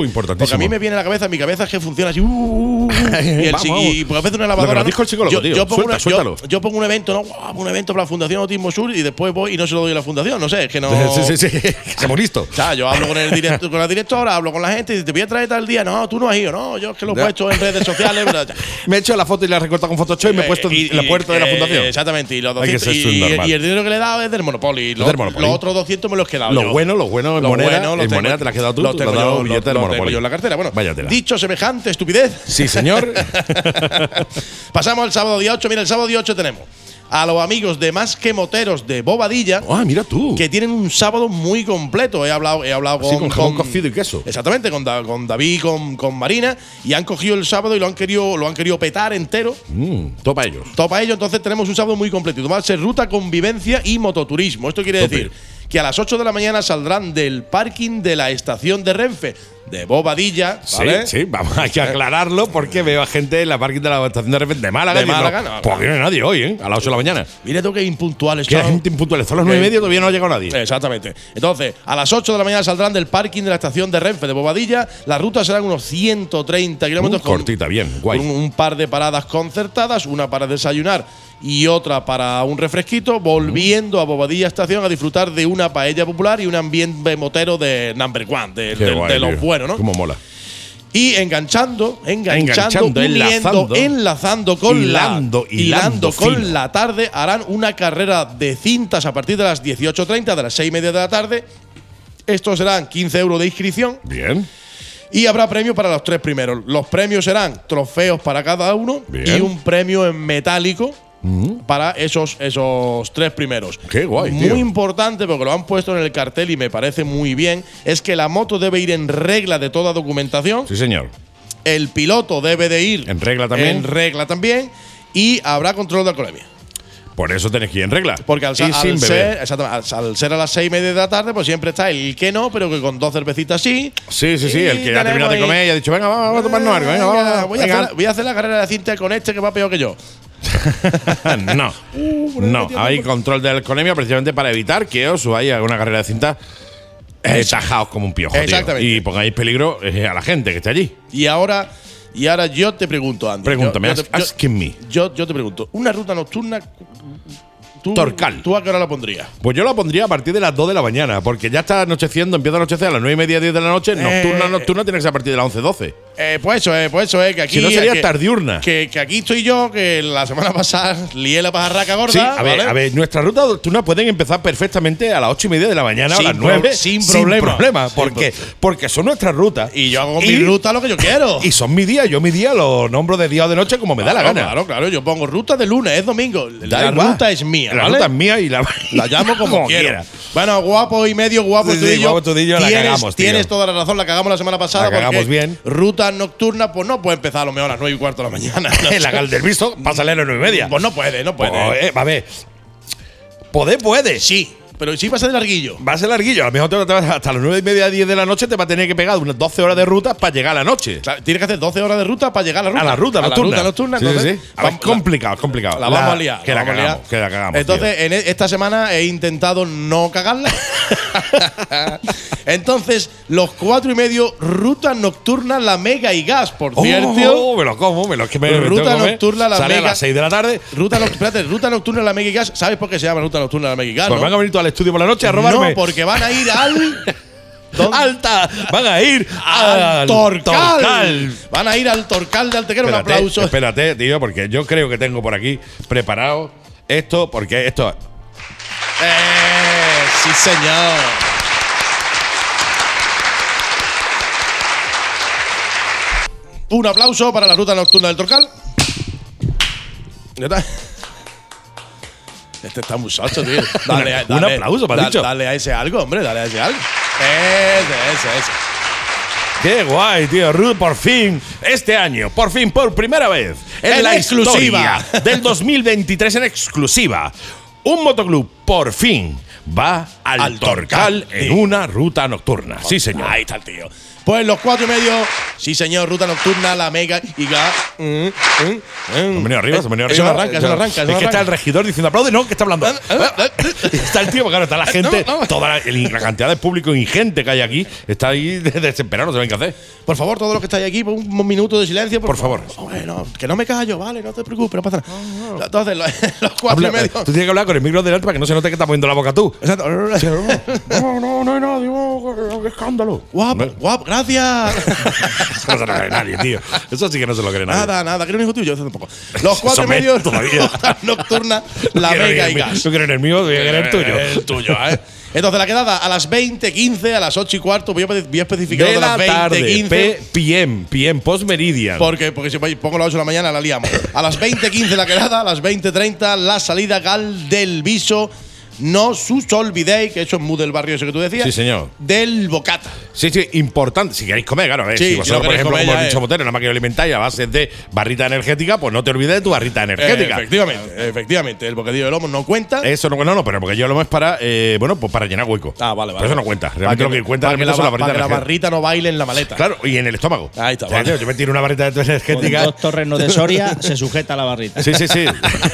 H: importantísimo.
I: Porque a mí me viene a la cabeza, mi cabeza es que funciona así. Uh, uh, uh, y, el,
H: Vamos,
I: y porque a veces una lavadora.
H: Lo que nos dijo el psicólogo,
I: yo,
H: tío.
I: yo, pongo
H: Suelta,
I: una,
H: suéltalo.
I: yo, yo pongo un evento, ¿no? Wow, un evento para la Fundación Autismo Sur y después voy y no se lo doy a la fundación. No sé, es que no.
H: Sí, sí, sí. Hemos listo.
I: O sea, yo hablo con el director, con la directora, hablo con la gente y te voy a traer tal día. No, tú no has ido, no. Yo es que lo he
H: Ya.
I: puesto en redes sociales. Pero,
H: Me he hecho la foto y la he recortado con Photoshop y me he puesto
I: y-
H: en la
I: y-
H: puerta de la
I: eh,
H: fundación.
I: Exactamente. Y, los
H: Hay que
I: doscientos,
H: ser
I: y,
H: subnormal.
I: y el dinero que le he dado es del Monopoly.
H: Es
I: Los,
H: del Monopoly.
I: los otros doscientos me los he quedado
H: Lo
I: yo.
H: bueno, lo bueno en
I: Lo
H: moneda,
I: bueno, lo
H: en
I: tengo-
H: moneda te la has quedado tú,
I: lo
H: tú
I: tengo
H: le has dado
I: yo,
H: el billete del
I: lo tengo
H: Monopoly.
I: yo en la cartera. Bueno,
H: Váyatela.
I: dicho semejante estupidez.
H: Sí, señor.
I: Pasamos al sábado día ocho. Mira, el sábado día ocho tenemos a los amigos de Más que Moteros de Bobadilla.
H: Ah, mira tú.
I: Que tienen un sábado muy completo. He hablado, he hablado
H: Sí,
I: con,
H: con jamón cocido y queso.
I: Exactamente, con, Da- con David, con, con Marina. Y han cogido el sábado y lo han querido, lo han querido petar entero.
H: Mm, topa ellos.
I: Todo para ello, entonces tenemos un sábado muy completo. Va a ser ruta, convivencia y mototurismo. Esto quiere
H: Tope.
I: decir que a las ocho de la mañana saldrán del parking de la estación de Renfe de Bobadilla, ¿vale?
H: Sí, sí, vamos, hay que aclararlo porque veo a gente en la parking de la estación de repente de Málaga.
I: De
H: diciendo,
I: Málaga, no,
H: pues
I: no.
H: viene nadie hoy, ¿eh? A las ocho de la mañana.
I: Mira tú qué impuntuales
H: Que la
I: son.
H: gente impuntual. Son las nueve y media y todavía no ha llegado nadie.
I: Exactamente. Entonces, a las ocho de la mañana saldrán del parking de la estación de Renfe de Bobadilla. La ruta serán unos ciento treinta kilómetros.
H: Uh, cortita, bien, guay.
I: Con un, un par de paradas concertadas, una para desayunar y otra para un refresquito, volviendo a Bobadilla Estación a disfrutar de una paella popular y un ambiente motero de number one, de,
H: Qué
I: de-
H: guay,
I: de los
H: tío.
I: buenos, ¿no?
H: Cómo mola.
I: Y enganchando, enganchando,
H: Enganchando,
I: uniendo,
H: enlazando.
I: enlazando con
H: Hilando,
I: la
H: hilando
I: con
H: fino.
I: la tarde, harán una carrera de cintas a partir de las dieciocho treinta, de las seis y media de la tarde. Estos serán quince euros de inscripción
H: Bien.
I: y habrá premio para los tres primeros. Los premios serán trofeos para cada uno
H: Bien.
I: y un premio en metálico para esos, esos tres primeros.
H: Qué guay,
I: Muy
H: tío.
I: importante, porque lo han puesto en el cartel y me parece muy bien, es que la moto debe ir en regla de toda documentación.
H: Sí, señor.
I: El piloto debe de ir
H: En regla también.
I: En regla también. Y habrá control de alcoholemia.
H: Por eso tenéis que ir en regla.
I: Porque al,
H: y
I: al
H: sin
I: ser,
H: beber.
I: exactamente, al, al ser a las seis y media de la tarde, pues siempre está el que no, pero que con dos cervecitas sí.
H: Sí, sí, sí.
I: Y
H: El que ya ha terminado de
I: tenemos
H: comer
I: ahí-
H: y ha dicho, venga, vamos a tomarnos algo. Venga,
I: Venga,
H: vamos.
I: voy, a
H: venga.
I: hacer, la- voy a hacer la carrera de cinta con este que va peor que yo.
H: no. no. Hay control de alcoholemia precisamente para evitar que os subáis a una carrera de cinta eh, tajaos como un piojo. tío.
I: Exactamente.
H: Y pongáis peligro eh, a la gente que esté allí.
I: Y ahora, y ahora yo te pregunto, Andy.
H: Pregúntame,
I: Yo, yo,
H: ask-
I: te- yo-
H: asking me.
I: yo, yo te pregunto, una ruta nocturna. Tú,
H: Torcal.
I: ¿Tú a qué hora la pondrías?
H: Pues yo la pondría a partir de las dos de la mañana, porque ya está anocheciendo, empieza a anochecer a las nueve y media, diez de la noche. Nocturna,
I: Eh,
H: nocturna tiene que ser a partir de las once, doce.
I: Eh, pues eso es, pues eso es, que aquí.
H: Si no sería
I: que-
H: tardiurna.
I: Que, que aquí estoy yo, que la semana pasada lié la pajarraca gorda.
H: Sí, a ver,
I: ¿vale?
H: a ver, nuestra ruta nocturna pueden empezar perfectamente a las ocho y media de la mañana
I: Sin
H: o a las
I: pro-
H: nueve.
I: sin problema. Sin
H: porque, porque son nuestras rutas.
I: Y yo hago con mi ruta lo que yo quiero.
H: Y son mi día, yo mi día lo nombro de día o de noche como me da la
I: Claro,
H: gana.
I: Claro, claro, yo pongo ruta de lunes, es domingo.
H: Da
I: la
H: igual.
I: ruta es mía,
H: La
I: ¿vale?
H: ruta es mía y la,
I: La llamo como, quiera. Bueno, guapo y medio, guapo
H: Sí,
I: tú
H: sí,
I: y yo.
H: guapo tú y yo, la
I: tienes,
H: cagamos, tío.
I: tienes toda la razón, la cagamos la semana pasada.
H: La cagamos
I: porque
H: bien.
I: Ruta nocturna, pues no puede empezar a lo mejor a las nueve y cuarto de la mañana. No
H: la gal del visto, pásale a las nueve y media.
I: Pues no puede, no puede.
H: Pues, eh, a ver. Poder puede.
I: Sí, pero sí va a ser de larguillo.
H: Va a ser larguillo. A lo mejor te vas a- hasta las nueve y media, diez de la noche te va a tener que pegar unas doce horas de ruta para llegar a la noche.
I: Claro, tienes que hacer doce horas de ruta para llegar a la ruta.
H: A la ruta
I: a
H: nocturna.
I: La ruta nocturna.
H: Sí,
I: entonces,
H: sí, sí. A ver,
I: vamos-
H: complicado, complicado.
I: La vamos a liar.
H: Que la
I: vamos a liar.
H: cagamos, que la cagamos.
I: Entonces, en e- esta semana he intentado no cagarla. Entonces, los cuatro y medio, ruta nocturna, la Mega y Gas, por
H: tío.
I: cierto.
H: Oh, me lo como, me lo que me me
I: Ruta
H: tengo que comer.
I: nocturna, la
H: Sale
I: Mega.
H: a las seis de la tarde.
I: Ruta, noc- espérate, ruta nocturna, la Mega y Gas. ¿Sabes por qué se llama ruta nocturna, la Mega y Gas?
H: Pues
I: no?
H: van a venir tú al estudio por la noche a robarme.
I: No, porque van a ir al. ¿Dónde?
H: Alta. Van a ir
I: al
H: al
I: Torcal.
H: Torcal.
I: Van a ir al Torcal de Altequera. Un
H: Espérate,
I: aplauso.
H: espérate, tío, porque yo creo que tengo por aquí preparado esto, porque esto.
I: Eh, sí, señor. Un aplauso para la ruta nocturna del Torcal. Ya está. Este está muy socho, tío. Dale, a-
H: Un
I: dale,
H: aplauso, me has
I: da-
H: dicho.
I: Dale a ese algo, hombre, dale a ese algo. Ese, ese, ese.
H: ¡Qué guay, tío! Ruth, por fin, este año, por fin, por primera vez, en,
I: En
H: la
I: exclusiva.
H: historia del dos mil veintitrés en exclusiva, un motoclub por fin va a al,
I: al
H: Torcal,
I: Torcal
H: en
I: sí.
H: una ruta nocturna. Sí, señor.
I: Ahí está el tío. Pues los cuatro y medio, sí señor, ruta nocturna, la Mega y Gas. Mm, mm, mm.
H: Se han venido arriba, se han venido
I: Eso
H: arriba.
I: no arranca, eso no arranca. Eso
H: Es
I: no
H: que está
I: arranca.
H: el regidor diciendo aplaude, no, que está hablando. Está el tío, claro, está la gente,
I: No, no.
H: toda la, la cantidad de público ingente que hay aquí, está ahí desesperado, no saben qué hacer.
I: Por favor, todos los que estáis aquí, un, un minuto de silencio. Por,
H: Por favor.
I: Bueno, que no me callo, vale, no te preocupes, no pasa nada. Entonces, los, los cuatro
H: Habla-
I: y medio.
H: Tú tienes que hablar con el micro delante para que no se note que estás poniendo la boca tú.
I: Exacto.
H: No, no, no hay nadie, oh, qué escándalo.
I: Guapo, guapo, gracias.
H: Eso no se lo cree nadie, tío. Eso sí que no se lo cree nadie.
I: Nada, nada, que era un hijo tuyo, yo tampoco. Los cuatro y
H: Eso
I: medio,
H: me- todavía.
I: ruta nocturna, la
H: Quiero
I: Mega
H: ir
I: y
H: el mío.
I: Gas.
H: Tú quieres el mío, voy a querer el tuyo.
I: El tuyo, ¿eh? Entonces, la quedada a las veinte quince, a las ocho y cuarto, voy a, voy a especificar
H: De
I: de
H: la
I: las
H: tarde,
I: veinte quince.
H: P- PM, PM, post meridian.
I: Porque, porque si pongo las ocho de la mañana la liamos. A las veinte quince la quedada, a las veinte treinta la salida Gal del Viso. No os olvidéis, que eso es muy del barrio ese que tú decías.
H: Sí, señor.
I: Del bocata.
H: Sí, sí, importante. Si queréis comer, claro. ¿eh?
I: Sí,
H: si
I: si
H: vosotros,
I: no
H: por
I: queréis
H: ejemplo,
I: comer,
H: como
I: ya
H: he dicho,
I: es.
H: Motero, nada más que alimentáis a base de barrita energética, pues no te olvides de tu barrita energética.
I: Eh, efectivamente, efectivamente. El bocadillo de lomo no cuenta.
H: Eso no, no, no, pero porque yo lo es para, eh, bueno, pues para llenar hueco.
I: Ah, vale, vale.
H: Pero eso no cuenta. Realmente
I: Para
H: lo que cuenta
I: para que,
H: realmente
I: la,
H: son las
I: para
H: barritas
I: que la
H: energéticas.
I: barrita no baile en la maleta.
H: Claro, y en el estómago.
I: Ahí está,
H: O sea,
I: vale.
H: yo, yo me tiro una barrita
E: Con
H: energética.
E: dos torrenos de Soria se sujeta a la barrita.
H: Sí, sí, sí.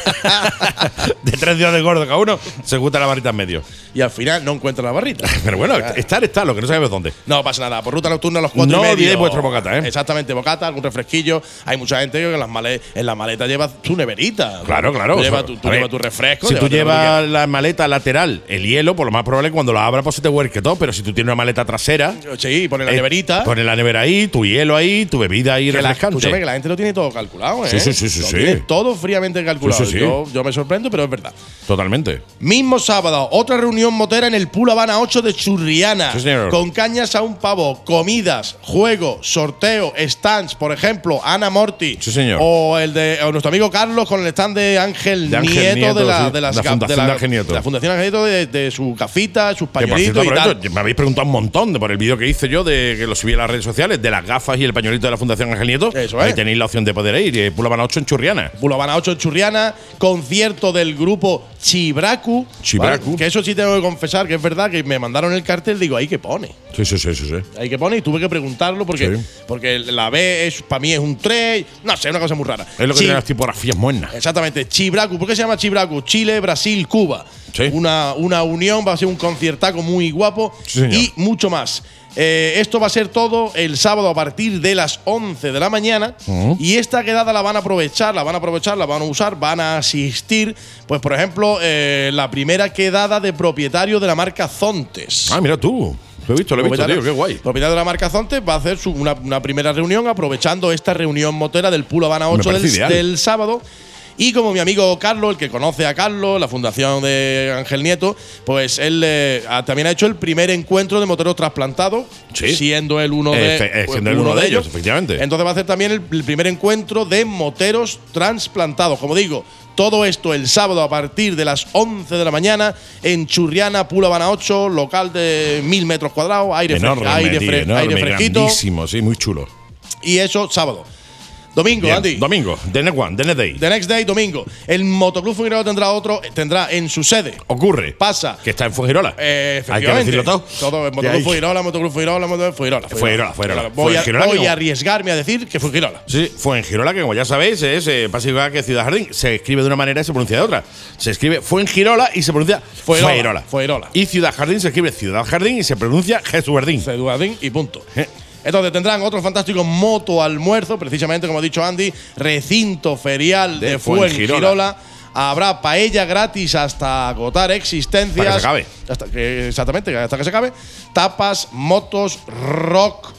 H: De tres días de gordo cada uno, se gusta la barrita en medio.
I: Y al final no encuentra la barrita.
H: Pero bueno, estar está, lo que no sabemos dónde.
I: No pasa nada. Por ruta nocturna a los cuatro
H: No
I: y medio.
H: olvidéis vuestro bocata, ¿eh?
I: Exactamente, bocata, algún refresquillo. Hay mucha gente que en, las male- en la maleta lleva tu neverita.
H: Claro, claro.
I: Tú
H: O sea,
I: llevas tu, tú
H: a ver,
I: llevas tu refresco.
H: Si tú
I: llévatelo lo que
H: llevas la maleta lateral, el hielo, por lo más probable es que cuando lo abras, pues se te huerque todo. Pero si tú tienes una maleta trasera,
I: quieras. Sí, pone la
H: eh,
I: neverita.
H: pones la nevera ahí, tu hielo ahí, tu bebida ahí
I: Que la,
H: refrescante.
I: escúchame, que la gente lo tiene todo calculado, ¿eh?
H: Sí, sí, sí, sí,
I: Lo
H: sí.
I: tiene todo fríamente calculado.
H: Sí, sí, sí.
I: Yo, yo me sorprendo, pero es verdad.
H: Totalmente.
I: Mismo sábado, otra reunión motera en el Pool Habana ocho de Churriana.
H: Sí, señor.
I: Con cañas a un pavo, comidas, juego, sorteo, stands, por ejemplo, Ana Morti.
H: Sí, señor.
I: O el de o nuestro amigo Carlos con el stand de Ángel,
H: De Ángel
I: Nieto,
H: Nieto,
I: de la,
H: sí.
I: de las
H: La
I: ga-
H: Fundación de Ángel Nieto.
I: La Fundación Ángel Nieto de, de su gafita, sus
H: Que por
I: pañuelitos
H: cierto,
I: y
H: por
I: tal.
H: eso, me habéis preguntado un montón de por el vídeo que hice yo, de que lo subí a las redes sociales, de las gafas y el pañuelito de la Fundación Ángel Nieto.
I: Eso
H: Ahí
I: es.
H: tenéis la opción de poder ir. Y Pulo Habana ocho en Churriana.
I: Pool Habana ocho en Churriana, concierto del grupo Chibraku.
H: Chibraku.
I: ¿vale? Que eso sí tengo que confesar que es verdad que me mandaron el cartel, digo, ahí que pone.
H: Sí, sí, sí, sí, sí.
I: Ahí que pone y tuve que preguntarlo porque,
H: Sí.
I: porque la B es para mí es un tres, no sé, una cosa muy rara.
H: Es lo que
I: Chi-
H: tiene las tipografías buenas.
I: Exactamente, Chibraku. ¿Por qué se llama Chibraku? Chile, Brasil, Cuba.
H: Sí.
I: Una, una unión, va a ser un conciertaco muy guapo
H: Sí, señor.
I: y mucho más. Eh, esto va a ser todo el sábado a partir de las once de la mañana
H: Ujú.
I: y esta quedada la van a aprovechar, la van a aprovechar, la van a usar, van a asistir, pues por ejemplo, eh, la primera quedada de propietario de la marca Zontes.
H: Ah, mira tú. Lo he visto, lo he visto, tío. Qué guay.
I: Propietario de la marca Zontes va a hacer su- una, una primera reunión aprovechando esta reunión motera del Pool Habana ocho del,
H: parece ideal.
I: del sábado. Y como mi amigo Carlos, el que conoce a Carlos, la fundación de Ángel Nieto, pues él eh, ha- también ha hecho el primer encuentro de moteros trasplantados,
H: Sí.
I: siendo él uno de,
H: Efe- eh, siendo él uno de ellos, efectivamente.
I: Entonces va a hacer también el, el primer encuentro de moteros trasplantados. Como digo, todo esto el sábado a partir de las once de la mañana en Churriana, Pool Habana ocho, local de mil metros cuadrados, aire, fre-
H: Enorme,
I: aire,
H: tío,
I: fre-
H: enorme,
I: aire fresquito.
H: grandísimo, sí, muy chulo.
I: Y eso sábado. Domingo,
H: Bien,
I: Andy.
H: Domingo, the next one, the next day.
I: The next day, domingo. El Motoclub Fuengirola tendrá otro, tendrá en su sede.
H: Ocurre.
I: Pasa.
H: Que está en Fuengirola.
I: Eh,
H: Hay que
I: efectivamente.
H: decirlo todo.
I: Todo el
H: Ya
I: Motoclub
H: hay-
I: Fuengirola, Motoclub Fuengirola, Motoclub Fuengirola.
H: Fuengirola, Fuengirola.
I: Voy, a,
H: Fuengirola
I: voy
H: que
I: a
H: no-
I: arriesgarme a decir que Fuengirola.
H: Sí, Fuengirola, que como ya sabéis, es eh, casi igual que Ciudad Jardín. Se escribe de una manera y se pronuncia de otra. Se escribe Fuengirola y se pronuncia
I: Fuengirola,
H: Fuengirola.
I: Fuengirola.
H: Y Ciudad Jardín se escribe Ciudad Jardín y se pronuncia Jesús Jardín.
I: Ceduadín y punto.
H: Eh.
I: Entonces tendrán otro fantástico moto almuerzo, precisamente como ha dicho Andy, recinto ferial de,
H: De
I: Fuengirola.
H: Fuengirola.
I: Habrá paella gratis hasta agotar existencias.
H: Hasta que se acabe.
I: Hasta que, exactamente, hasta que se acabe. Tapas, motos, rock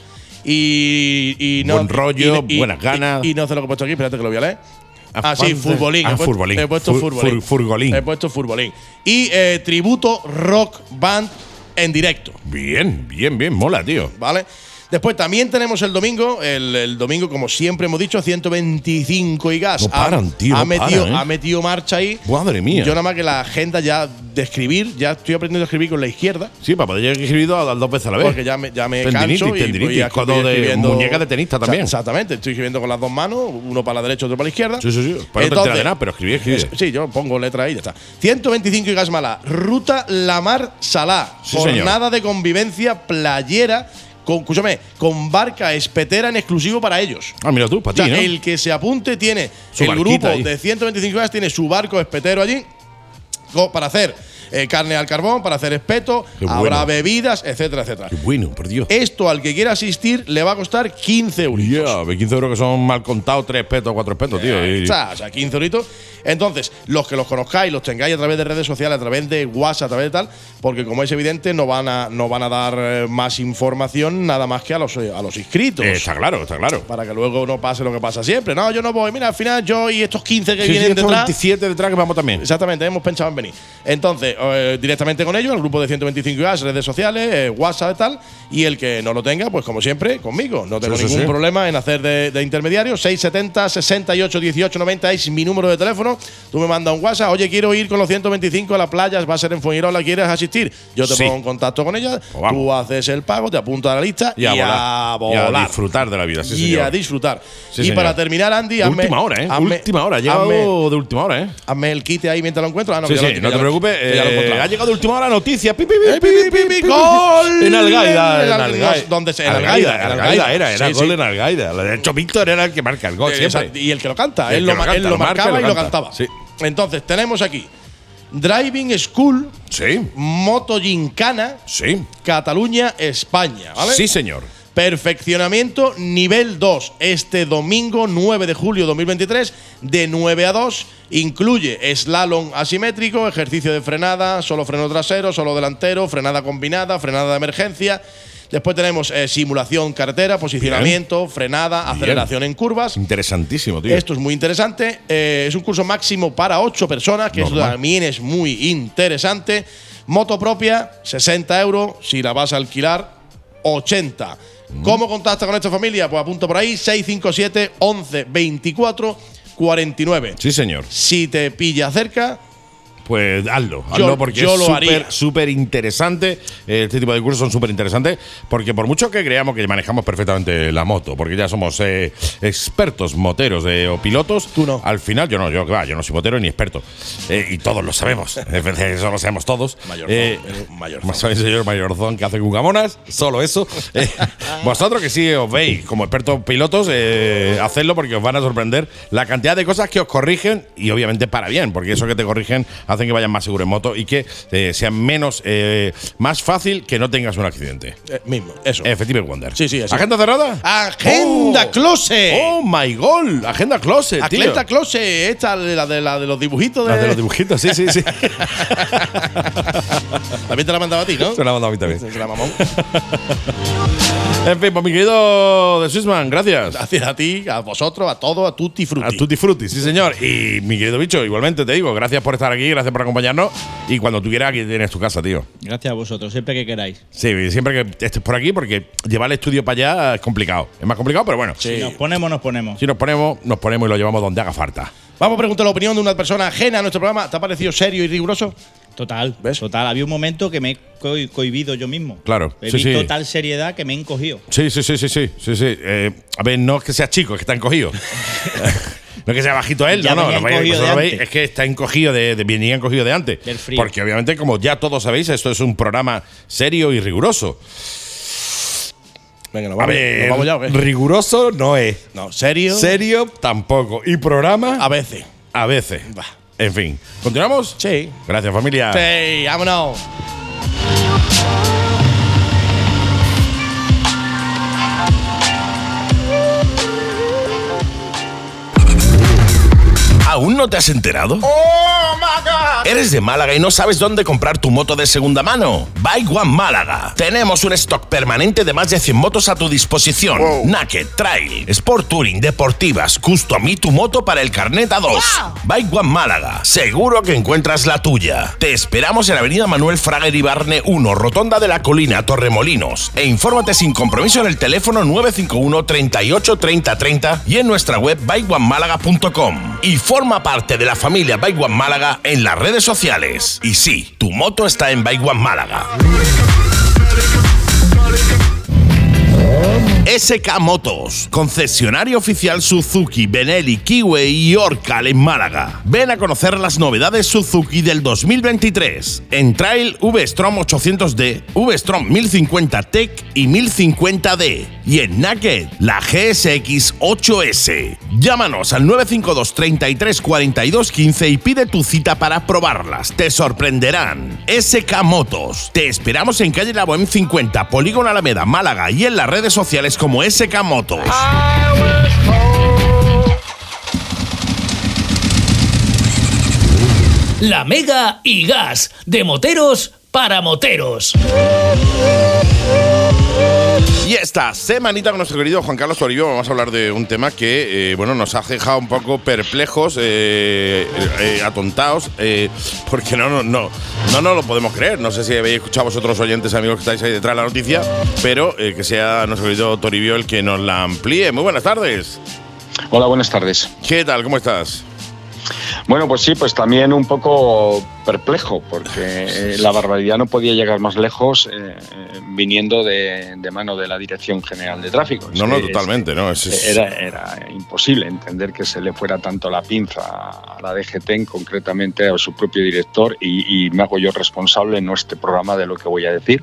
I: y. y no,
H: Buen rollo,
I: y- y-
H: buenas ganas.
I: Y, y no sé lo que he puesto aquí, espérate que lo voy a leer. Ah, sí,
H: Afán de-
I: futbolín.
H: Ah,
I: he, puesto,
H: futbolín.
I: he puesto
H: Fur-
I: futbolín.
H: fur- furgolín.
I: He puesto futbolín. Y eh, tributo rock band en directo.
H: Bien, bien, bien, mola, tío.
I: ¿Vale? Después también tenemos el domingo, el, el domingo, como siempre hemos dicho, ciento veinticinco y gas.
H: No paran, tío,
I: ha,
H: no
I: metido,
H: paran, ¿eh?
I: ha metido marcha ahí.
H: Madre mía.
I: Yo nada más que la agenda ya de escribir, ya estoy aprendiendo a escribir con la izquierda.
H: Sí, para poder escribir dos, dos veces a la vez.
I: Porque ya me, ya me
H: Tendinitis,
I: canso y
H: tendinitis,
I: voy a-
H: codo
I: estoy
H: de
I: escribiendo-
H: muñeca de tenista también.
I: Exactamente, estoy escribiendo con las dos manos, uno para la derecha, otro para la izquierda.
H: Sí, sí, sí. Pero no te
I: Entonces-
H: enteras de nada, pero escribir, escribir.
I: Sí, yo pongo letra ahí y ya está. ciento veinticinco y gas Malá. Ruta Lamar Salá.
H: Sí, señor.
I: Jornada de convivencia playera. Con, escúchame, con barca espetera en exclusivo para ellos.
H: Ah, mira tú, para
I: O sea,
H: ti, ¿no?
I: el que se apunte tiene
H: Su
I: el
H: barquita
I: grupo
H: ahí.
I: de ciento veinticinco gas, tiene su barco espetero allí co- para hacer eh, carne al carbón, para hacer espeto,
H: Qué
I: habrá
H: bueno.
I: bebidas, etcétera, etcétera.
H: Qué bueno, por Dios.
I: Esto al que quiera asistir le va a costar quince euros.
H: Ya, quince euros que son mal contados, tres petos, cuatro petos, tío. Y-
I: O sea, o sea, quince euritos. Entonces, los que los conozcáis, los tengáis a través de redes sociales, a través de WhatsApp, a través de tal, porque como es evidente, no van a, no van a dar eh, más información nada más que a los, a los inscritos.
H: Eh, está claro, está claro.
I: Para que luego no pase lo que pasa siempre. No, yo no voy. Mira, al final yo y estos quince que
H: Sí, sí,
I: vienen
H: estos
I: detrás.
H: veintisiete detrás que vamos también.
I: Exactamente, hemos pensado en venir. Entonces, eh, directamente con ellos, el grupo de ciento veinticinco gas, redes sociales, eh, WhatsApp y tal. Y el que no lo tenga, pues como siempre, conmigo. No tengo
H: Sí, sí,
I: ningún
H: sí.
I: problema en hacer de, de intermediario. seis setenta, sesenta y ocho, dieciocho, noventa es mi número de teléfono. Tú me mandas un WhatsApp. Oye, quiero ir con los ciento veinticinco a la playa, va a ser en Fuengirola, ¿quieres asistir? Yo te
H: Sí.
I: pongo en contacto con ella.
H: Pues vamos.
I: Tú haces el pago, te apuntas a la lista y,
H: Y a
I: a
H: volar. Y a
I: volar.
H: disfrutar de la vida, sí,
I: y
H: señor.
I: a disfrutar.
H: Sí,
I: y
H: señor.
I: para terminar, Andy, hazme,
H: Última hora, ¿eh?
I: hazme-
H: última hora. Ha llegado
I: hazme-
H: de última hora, ¿eh?
I: hazme el kit ahí mientras lo encuentro. Ah, no,
H: Sí,
I: que ya
H: sí,
I: lo-
H: no
I: que
H: te
I: ya lo-
H: preocupes.
I: que ya lo he
H: eh,
I: encontrado.
H: ha llegado de última hora noticia. Pi, pi, pi,
I: Eh,
H: pi, pi, pi, pi,
I: ¡Gol!
H: En Algaida.
I: En
H: En
I: Al-
H: Algaida.
I: ¿Dónde se- en
H: Algaida,
I: Algaida, en
H: Algaida
I: Algaida.
H: era, era
I: Sí,
H: gol
I: sí.
H: en Algaida. De hecho, Víctor era el que marca el gol
I: Eh,
H: siempre.
I: exacto, y el que lo canta.
H: El
I: Él
H: que
I: lo,
H: lo
I: ma-
H: canta,
I: él lo
H: lo marca y
I: marcaba
H: lo
I: y lo
H: canta.
I: cantaba.
H: Sí.
I: Entonces, tenemos aquí Driving School,
H: Sí,
I: Moto Gincana,
H: sí.
I: Cataluña, España. ¿Vale?
H: Sí, señor.
I: Perfeccionamiento nivel dos. Este domingo nueve de julio de dos mil veintitrés, de nueve a dos. Incluye slalom asimétrico, ejercicio de frenada, solo freno trasero, solo delantero, frenada combinada, frenada de emergencia. Después tenemos eh, simulación carretera, posicionamiento, frenada,
H: Bien.
I: aceleración en curvas.
H: Interesantísimo, tío.
I: Esto es muy interesante. Eh, es un curso máximo para ocho personas, que eso
H: Normal.
I: también es muy interesante. Moto propia, sesenta euros. Si la vas a alquilar, ochenta. ¿Cómo contacta con esta familia? Pues apunto por ahí, seis cinco siete, once, veinticuatro, cuarenta y nueve.
H: Sí, señor.
I: Si te pilla cerca,
H: Pues hazlo,
I: Yo-
H: hazlo porque
I: yo
H: es
I: lo
H: súper,
I: haría.
H: súper interesante. Eh, Este tipo de cursos son súper interesantes porque por mucho que creamos que manejamos perfectamente la moto, porque ya somos eh, expertos moteros eh, o pilotos,
I: Tú no.
H: al final yo no, yo, va, yo no soy motero ni experto. Eh, y todos lo sabemos, eso lo sabemos todos.
I: Mayorzón,
H: Eh,
I: eres un mayorzón.
H: más sabéis, señor mayorzón que hace cucamonas, solo eso. Eh, vosotros que sí os veis como expertos pilotos, eh, hacedlo porque os van a sorprender la cantidad de cosas que os corrigen y obviamente para bien, porque eso que te corrigen hacen que vayan más seguro en moto y que eh, sea menos, eh, más fácil que no tengas un accidente.
I: eh, mismo, eso.
H: Effective Wonder.
I: Sí, sí, así.
H: ¿Agenda cerrada?
I: ¡Agenda
H: Oh.
I: Closet!
H: ¡Oh, my God! Agenda Closet, tío.
I: Agenda Closet, esta de la de, la de los dibujitos de.
H: La de los dibujitos, sí, sí, sí.
I: También te la mandaba a ti, ¿no?
H: Se la ha mandado a mí también.
I: Se la mamón.
H: En fin, pues mi querido de Swissman, gracias.
I: Gracias a ti, a vosotros, a todos, a Tutti Frutti.
H: A Tutti Frutti, sí señor. Y mi querido bicho, igualmente te digo, gracias por estar aquí, gracias por acompañarnos. Y cuando tú quieras, aquí tienes tu casa, tío.
E: Gracias a vosotros, siempre que queráis.
H: Sí, siempre que estés por aquí, porque llevar el estudio para allá es complicado. Es más complicado, pero bueno.
E: Si nos ponemos, nos ponemos.
H: Si nos ponemos, nos ponemos y lo llevamos donde haga falta.
I: Vamos a preguntar la opinión de una persona ajena a nuestro programa. ¿Te ha parecido serio y riguroso?
E: Total,
I: ¿Ves?
E: total. Había un momento que me he co- cohibido yo mismo.
H: Claro,
E: He
H: sí,
E: visto
H: sí.
E: tal seriedad que me he encogido.
H: Sí, sí, sí, sí, sí, sí, sí. Eh, a ver, no es que sea chico, es que está encogido. No es que sea bajito él,
E: Ya
H: no, no,
E: venía
H: no veis,
E: encogido
H: vosotros
E: de
H: veis,
E: antes.
H: es que está encogido de, de venía encogido de antes.
E: Del frío.
H: Porque obviamente, como ya todos sabéis, esto es un programa serio y riguroso.
I: Venga, nos
H: A
I: vamos,
H: ver,
I: ¿nos vamos ya o qué?
H: riguroso no es.
I: No, serio.
H: Serio tampoco. Y programa
I: A veces.
H: a veces.
I: Va.
H: En fin, ¿continuamos?
I: Sí.
H: Gracias, familia.
I: Sí, vámonos.
H: ¿Aún no te has enterado?
A: ¡Oh, my
H: ¿Eres de Málaga y no sabes dónde comprar tu moto de segunda mano? Bike One Málaga. Tenemos un stock permanente de más de cien motos a tu disposición. Wow. Naked, Trail, Sport Touring, deportivas, custom y tu moto para el carnet A dos. Wow. Bike One Málaga. Seguro que encuentras la tuya. Te esperamos en la avenida Manuel Fraga Iribarne uno, Rotonda de la Colina, Torremolinos. E infórmate sin compromiso en el teléfono nueve cinco uno, treinta y ocho, treinta, treinta y en nuestra web bike one málaga punto com. Y forma parte de la familia Bike One Málaga en las redes sociales. Y sí, tu moto está en Bike One Málaga. S K Motos, concesionario oficial Suzuki, Benelli, Kiwi y Orcal en Málaga. Ven a conocer las novedades Suzuki del dos mil veintitrés. En Trail, V-Strom ochocientos D, V-Strom mil cincuenta Tech y mil cincuenta D. Y en Naked, la G S X ocho S. Llámanos al nueve cinco dos, treinta y tres, cuarenta y dos, quince y pide tu cita para probarlas. Te sorprenderán. S K Motos. Te esperamos en calle La Bohème cincuenta, Polígono Alameda, Málaga y en las redes sociales como S K Motos.
G: La Mega y Gas, de moteros para moteros.
H: Y esta semanita con nuestro querido Juan Carlos Toribio vamos a hablar de un tema que eh, bueno, nos ha dejado un poco perplejos, eh, eh, atontados, eh, porque no, no, no, no nos lo podemos creer. No sé si habéis escuchado vosotros oyentes, amigos que estáis ahí detrás de la noticia, pero eh, que sea nuestro querido Toribio el que nos la amplíe. Muy buenas tardes.
J: Hola, buenas tardes.
H: ¿Qué tal? ¿Cómo estás?
J: Bueno, pues sí, pues también un poco perplejo, porque eh, la barbaridad no podía llegar más lejos eh, viniendo de, de mano de la Dirección General de Tráfico.
H: No, no, totalmente, ¿no? Es, es...
J: Era, era imposible entender que se le fuera tanto la pinza a la D G T, concretamente a su propio director, y, y me hago yo responsable en este programa de lo que voy a decir.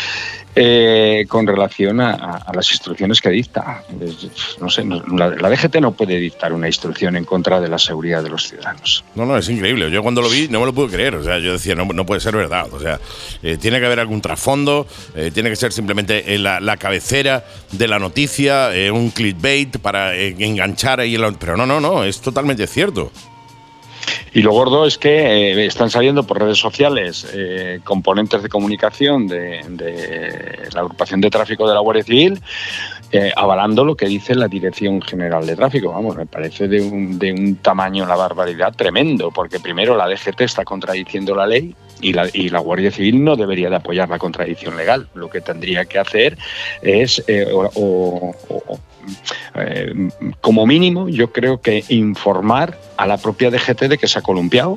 J: Eh, con relación a, a las instrucciones que dicta. No sé, no, la, la D G T no puede dictar una instrucción en contra de la seguridad de los ciudadanos.
H: No, no, es increíble. Yo cuando lo vi no me lo pude creer. O sea, yo decía, no, no puede ser verdad. O sea, eh, tiene que haber algún trasfondo, eh, tiene que ser simplemente la, la cabecera de la noticia, eh, un clickbait para eh, enganchar ahí. La, pero no, no, no, es totalmente cierto.
J: Y lo gordo es que eh, están saliendo por redes sociales eh, componentes de comunicación de, de la agrupación de tráfico de la Guardia Civil eh, avalando lo que dice la Dirección General de Tráfico. Vamos, me parece de un, de un tamaño, la barbaridad, tremendo, porque primero la D G T está contradiciendo la ley y la, y la Guardia Civil no debería de apoyar la contradicción legal. Lo que tendría que hacer es, eh, o, o, o, eh, como mínimo, yo creo que informar a la propia D G T de que se ha columpiado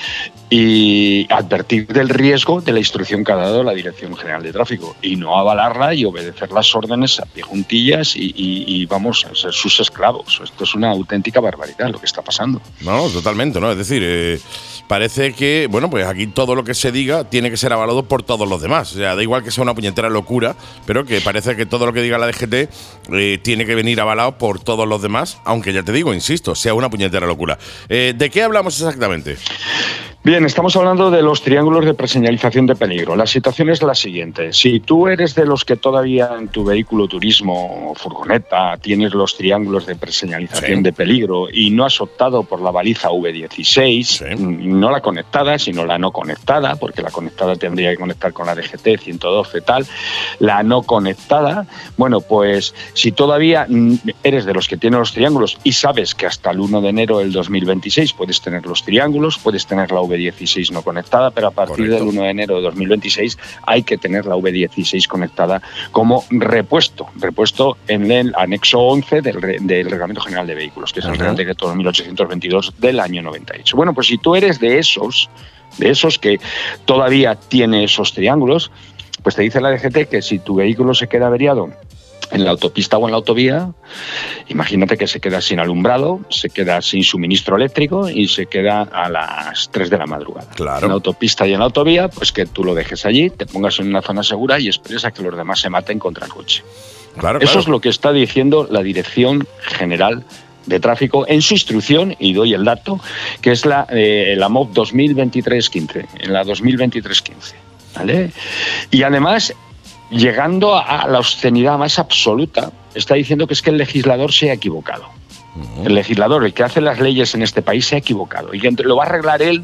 J: y advertir del riesgo de la instrucción que ha dado la Dirección General de Tráfico y no avalarla y obedecer las órdenes a pie juntillas y, y, y vamos a ser sus esclavos. Esto es una auténtica barbaridad lo que está pasando.
H: No, totalmente, ¿no? Es decir, eh, parece que, bueno, pues aquí todo lo que se diga tiene que ser avalado por todos los demás. O sea, da igual que sea una puñetera locura, pero que parece que todo lo que diga la D G T eh, tiene que venir avalado por todos los demás, aunque ya te digo, insisto, sea una puñetera locura. Eh, ¿De qué hablamos exactamente?
J: Bien, estamos hablando de los triángulos de preseñalización de peligro. La situación es la siguiente. Si tú eres de los que todavía en tu vehículo turismo o furgoneta tienes los triángulos de preseñalización sí. de peligro y no has optado por la baliza V dieciséis, sí. no la conectada, sino la no conectada, porque la conectada tendría que conectar con la D G T ciento doce tal, la no conectada, bueno, pues si todavía eres de los que tienen los triángulos y sabes que hasta el uno de enero del dos mil veintiséis puedes tener los triángulos, puedes tener la V dieciséis no conectada, pero a partir Correcto. del uno de enero de dos mil veintiséis hay que tener la V dieciséis conectada como repuesto, repuesto en el anexo once del, del Reglamento General de Vehículos, que es el Real Decreto dos mil ochocientos veintidós del año noventa y ocho. Bueno, pues si tú eres de esos, de esos que todavía tiene esos triángulos, pues te dice la D G T que si tu vehículo se queda averiado en la autopista o en la autovía, imagínate que se queda sin alumbrado, se queda sin suministro eléctrico y se queda a las tres de la madrugada.
H: Claro.
J: En la autopista y en la autovía, pues que tú lo dejes allí, te pongas en una zona segura y esperes a que los demás se maten contra el coche.
H: Claro,
J: Eso
H: claro.
J: es lo que está diciendo la Dirección General de Tráfico en su instrucción, y doy el dato, que es la, eh, la M O V dos mil veintitrés quince, en la dos mil veintitrés quince. ¿Vale? Y además, llegando a la obscenidad más absoluta, está diciendo que es que el legislador se ha equivocado. Uh-huh. El legislador, el que hace las leyes en este país, se ha equivocado y que lo va a arreglar él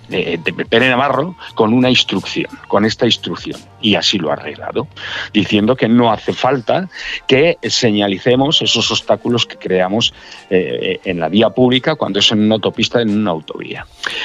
J: eh, de Pere Navarro con una instrucción, con esta instrucción, y así lo ha arreglado, diciendo que no hace falta que señalicemos esos obstáculos que creamos eh, en la vía pública cuando es en una autopista, en una autovía.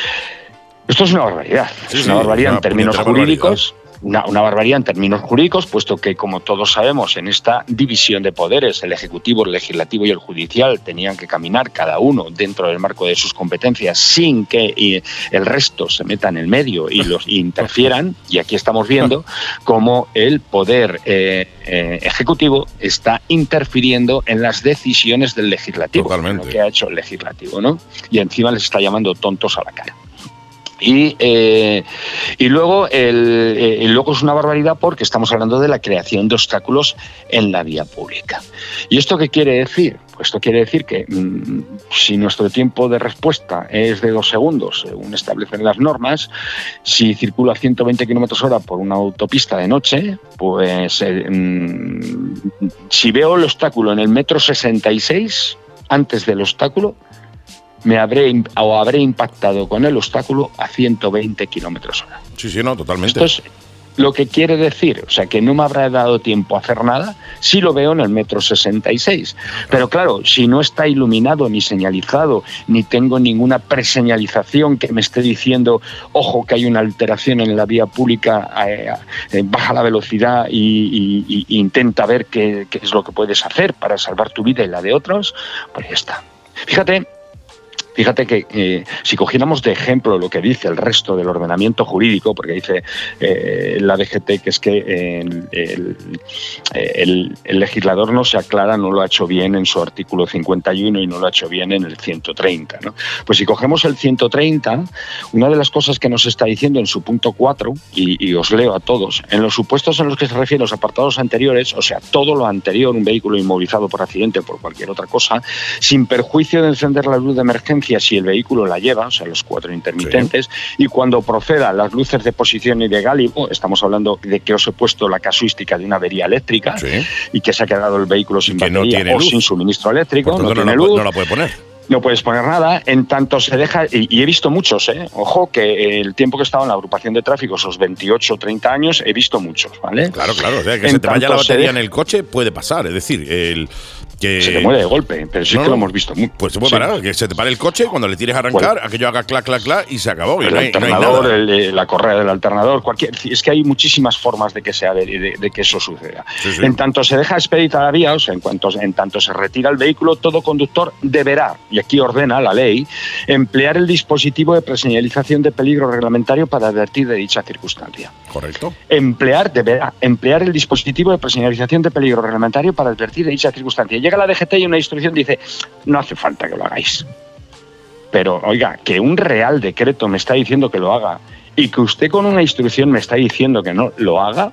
J: Esto es una barbaridad,
H: Sí,
J: es una
H: sí,
J: barbaridad
H: una
J: en términos
H: puñetera
J: jurídicos. Una, una barbaridad en términos jurídicos, puesto que, como todos sabemos, en esta división de poderes, el Ejecutivo, el Legislativo y el Judicial tenían que caminar cada uno dentro del marco de sus competencias sin que y, el resto se meta en el medio y los interfieran. Y aquí estamos viendo cómo el Poder eh, eh, Ejecutivo está interfiriendo en las decisiones del Legislativo,
H: Totalmente.
J: lo que ha hecho el Legislativo, ¿no? Y encima les está llamando tontos a la cara. Y, eh, y luego el, eh, y luego es una barbaridad porque estamos hablando de la creación de obstáculos en la vía pública. ¿Y esto qué quiere decir? Pues esto quiere decir que mmm, si nuestro tiempo de respuesta es de dos segundos, según establecen las normas, si circulo a ciento veinte kilómetros hora por una autopista de noche, pues eh, mmm, si veo el obstáculo en el metro sesenta y seis, antes del obstáculo, me habré o habré impactado con el obstáculo a ciento veinte kilómetros hora.
H: Sí, sí, no, totalmente.
J: Esto es lo que quiere decir, o sea, que no me habrá dado tiempo a hacer nada si lo veo en el metro sesenta y seis. Pero claro, si no está iluminado ni señalizado, ni tengo ninguna preseñalización que me esté diciendo, ojo, que hay una alteración en la vía pública, eh, eh, baja la velocidad y, y, y intenta ver qué, qué es lo que puedes hacer para salvar tu vida y la de otros, pues ya está. Fíjate. Fíjate que eh, si cogiéramos de ejemplo lo que dice el resto del ordenamiento jurídico, porque dice eh, la D G T que es que eh, el, el, el, el legislador no se aclara, no lo ha hecho bien en su artículo cincuenta y uno y no lo ha hecho bien en el ciento treinta, ¿no? Pues si cogemos el ciento treinta, una de las cosas que nos está diciendo en su punto cuatro, y, y os leo a todos, en los supuestos en los que se refieren los apartados anteriores, o sea, todo lo anterior, un vehículo inmovilizado por accidente o por cualquier otra cosa, sin perjuicio de encender la luz de emergencia si el vehículo la lleva, o sea, los cuatro intermitentes, sí. Y cuando procedan las luces de posición y de gálibo, estamos hablando de que os he puesto la casuística de una avería eléctrica, sí. Y que se ha quedado el vehículo sin batería no o luz. Sin suministro eléctrico,
H: por tanto,
J: no,
H: no,
J: tiene
H: no,
J: luz.
H: No la puede poner.
J: No puedes poner nada, en tanto se deja, y, y he visto muchos, ¿eh? Ojo, que el tiempo que he estado en la agrupación de tráfico, esos veintiocho o treinta años, he visto muchos, ¿vale?
H: Claro, claro, o sea, que
J: en
H: se te vaya la batería
J: deja,
H: en el coche puede pasar, es decir, el que…
J: Se te muere de golpe, pero sí no, que lo hemos visto mucho.
H: Pues se puede sí. parar, que se te pare el coche, cuando le tires a arrancar, bueno, aquello haga clac, clac, clac y se acabó.
J: El
H: y no hay,
J: alternador,
H: no hay nada.
J: El, la correa del alternador, cualquier… Es que hay muchísimas formas de que, sea, de, de, de que eso suceda. Sí, sí. En tanto se deja expedita la vía, o sea, en, cuanto, en tanto se retira el vehículo, todo conductor deberá, y aquí ordena la ley, emplear el dispositivo de preseñalización de peligro reglamentario para advertir de dicha circunstancia.
H: Correcto.
J: Emplear, deberá emplear el dispositivo de preseñalización de peligro reglamentario para advertir de dicha circunstancia. Llega la D G T y una instrucción dice, no hace falta que lo hagáis. Pero, oiga, que un real decreto me está diciendo que lo haga y que usted con una instrucción me está diciendo que no lo haga,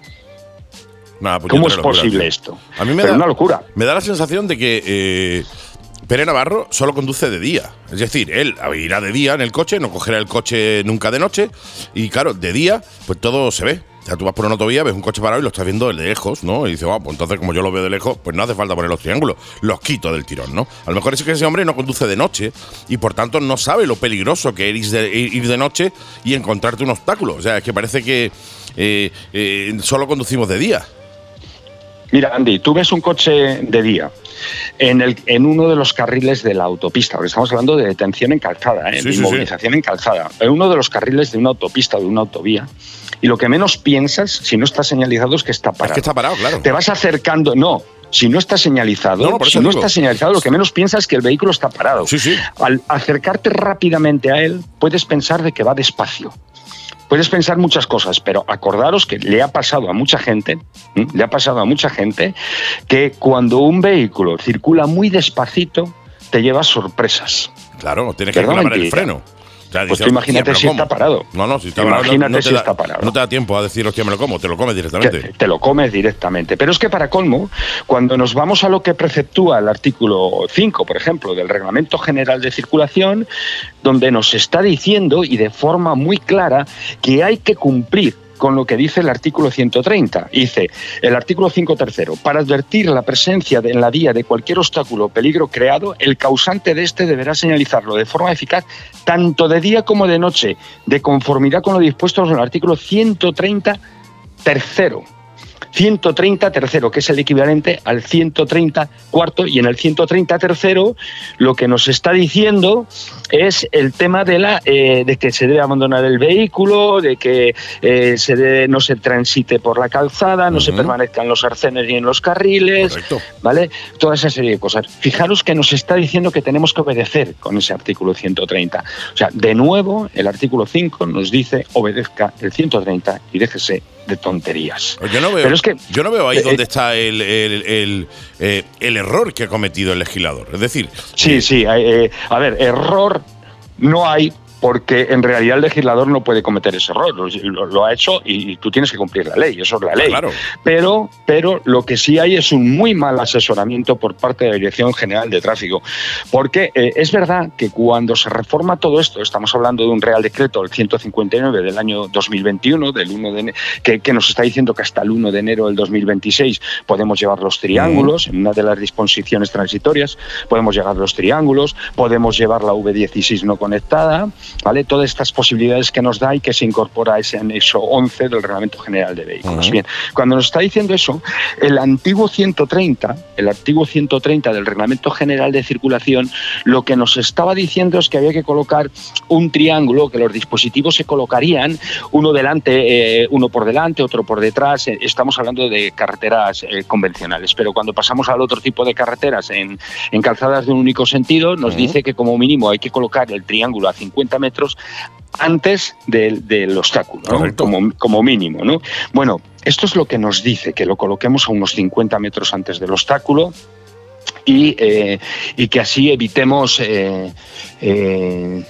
H: nah, pues
J: ¿cómo es
H: locura,
J: posible
H: tío.
J: esto?
H: A mí me
J: Pero
H: da
J: una locura.
H: Me da la sensación de que… Eh, Pere Navarro solo conduce de día. Es decir, él irá de día en el coche, no cogerá el coche nunca de noche. Y claro, de día, pues todo se ve. O sea, tú vas por una autovía, ves un coche parado y lo estás viendo de lejos, ¿no? Y dices, ah, pues entonces como yo lo veo de lejos, pues no hace falta poner los triángulos. Los quito del tirón, ¿no? A lo mejor es que ese hombre no conduce de noche y por tanto no sabe lo peligroso que es de, ir de noche y encontrarte un obstáculo. O sea, es que parece que eh, eh, solo conducimos de día.
J: Mira, Andy, tú ves un coche de día en, el, en uno de los carriles de la autopista, porque estamos hablando de detención en calzada, ¿eh?
H: Sí,
J: de
H: sí,
J: inmovilización
H: sí.
J: en calzada, en uno de los carriles de una autopista o de una autovía, y lo que menos piensas, si no está señalizado, es que está parado.
H: Es que está parado, claro.
J: Te vas acercando, no. Si no está señalizado,
H: no, no,
J: si no está señalizado, lo que menos piensas es que el vehículo está parado.
H: Sí, sí.
J: Al acercarte rápidamente a él, puedes pensar de que va despacio. Puedes pensar muchas cosas, pero acordaros que le ha pasado a mucha gente, ¿eh? le ha pasado a mucha gente que cuando un vehículo circula muy despacito, te lleva sorpresas.
H: Claro, tienes que reclamar el freno. O sea,
J: pues
H: dice,
J: tú imagínate si
H: ¿cómo?
J: está parado.
H: No, no, si está
J: imagínate
H: parado, no, no
J: si
H: te da,
J: está parado.
H: No te da tiempo a decir, hostia, me lo como, te lo comes directamente.
J: Te, te lo comes directamente. Pero es que para colmo, cuando nos vamos a lo que preceptúa el artículo cinco, por ejemplo, del Reglamento General de Circulación, donde nos está diciendo, y de forma muy clara, que hay que cumplir con lo que dice el artículo ciento treinta. Dice el artículo cinco tercero, para advertir la presencia de, en la vía de cualquier obstáculo o peligro creado, el causante de este deberá señalizarlo de forma eficaz tanto de día como de noche, de conformidad con lo dispuesto en el artículo ciento treinta tercero. ciento treinta tercero, que es el equivalente al ciento treinta cuarto, y en el ciento treinta tercero lo que nos está diciendo es el tema de la eh, de que se debe abandonar el vehículo, de que eh, se debe, no se transite por la calzada, no uh-huh. se permanezca en los arcenes ni en los carriles. Correcto. ¿Vale? Toda esa serie de cosas. Fijaros que nos está diciendo que tenemos que obedecer con ese artículo ciento treinta. O sea, de nuevo, el artículo cinco nos dice obedezca el ciento treinta y déjese de tonterías.
H: Yo no veo,
J: Pero es que,
H: yo no veo ahí
J: eh,
H: donde está el, el, el, eh, el error que ha cometido el legislador. Es decir…
J: Sí, eh, sí. Eh, a ver, error no hay, porque en realidad el legislador no puede cometer ese error, lo, lo, lo ha hecho y, y tú tienes que cumplir la ley, eso es la ley.
H: Claro.
J: Pero, pero lo que sí hay es un muy mal asesoramiento por parte de la Dirección General de Tráfico, porque eh, es verdad que cuando se reforma todo esto, estamos hablando de un Real Decreto, el ciento cincuenta y nueve del año dos mil veintiuno, del uno de enero, que, que nos está diciendo que hasta el uno de enero del dos mil veintiséis podemos llevar los triángulos, mm. en una de las disposiciones transitorias, podemos llevar los triángulos, podemos llevar la V dieciséis no conectada, ¿vale? Todas estas posibilidades que nos da y que se incorpora a ese anexo once del Reglamento General de Vehículos. Uh-huh. Bien, cuando nos está diciendo eso, el antiguo ciento treinta, el antiguo ciento treinta del Reglamento General de Circulación, lo que nos estaba diciendo es que había que colocar un triángulo, que los dispositivos se colocarían uno delante, eh, uno por delante, otro por detrás. Estamos hablando de carreteras eh, convencionales, pero cuando pasamos al otro tipo de carreteras en, en calzadas de un único sentido, nos uh-huh. dice que como mínimo hay que colocar el triángulo a cincuenta metros antes del, del obstáculo, ¿no? como, como mínimo, ¿no? Bueno, esto es lo que nos dice, que lo coloquemos a unos cincuenta metros antes del obstáculo y, eh, y que así evitemos eh, eh,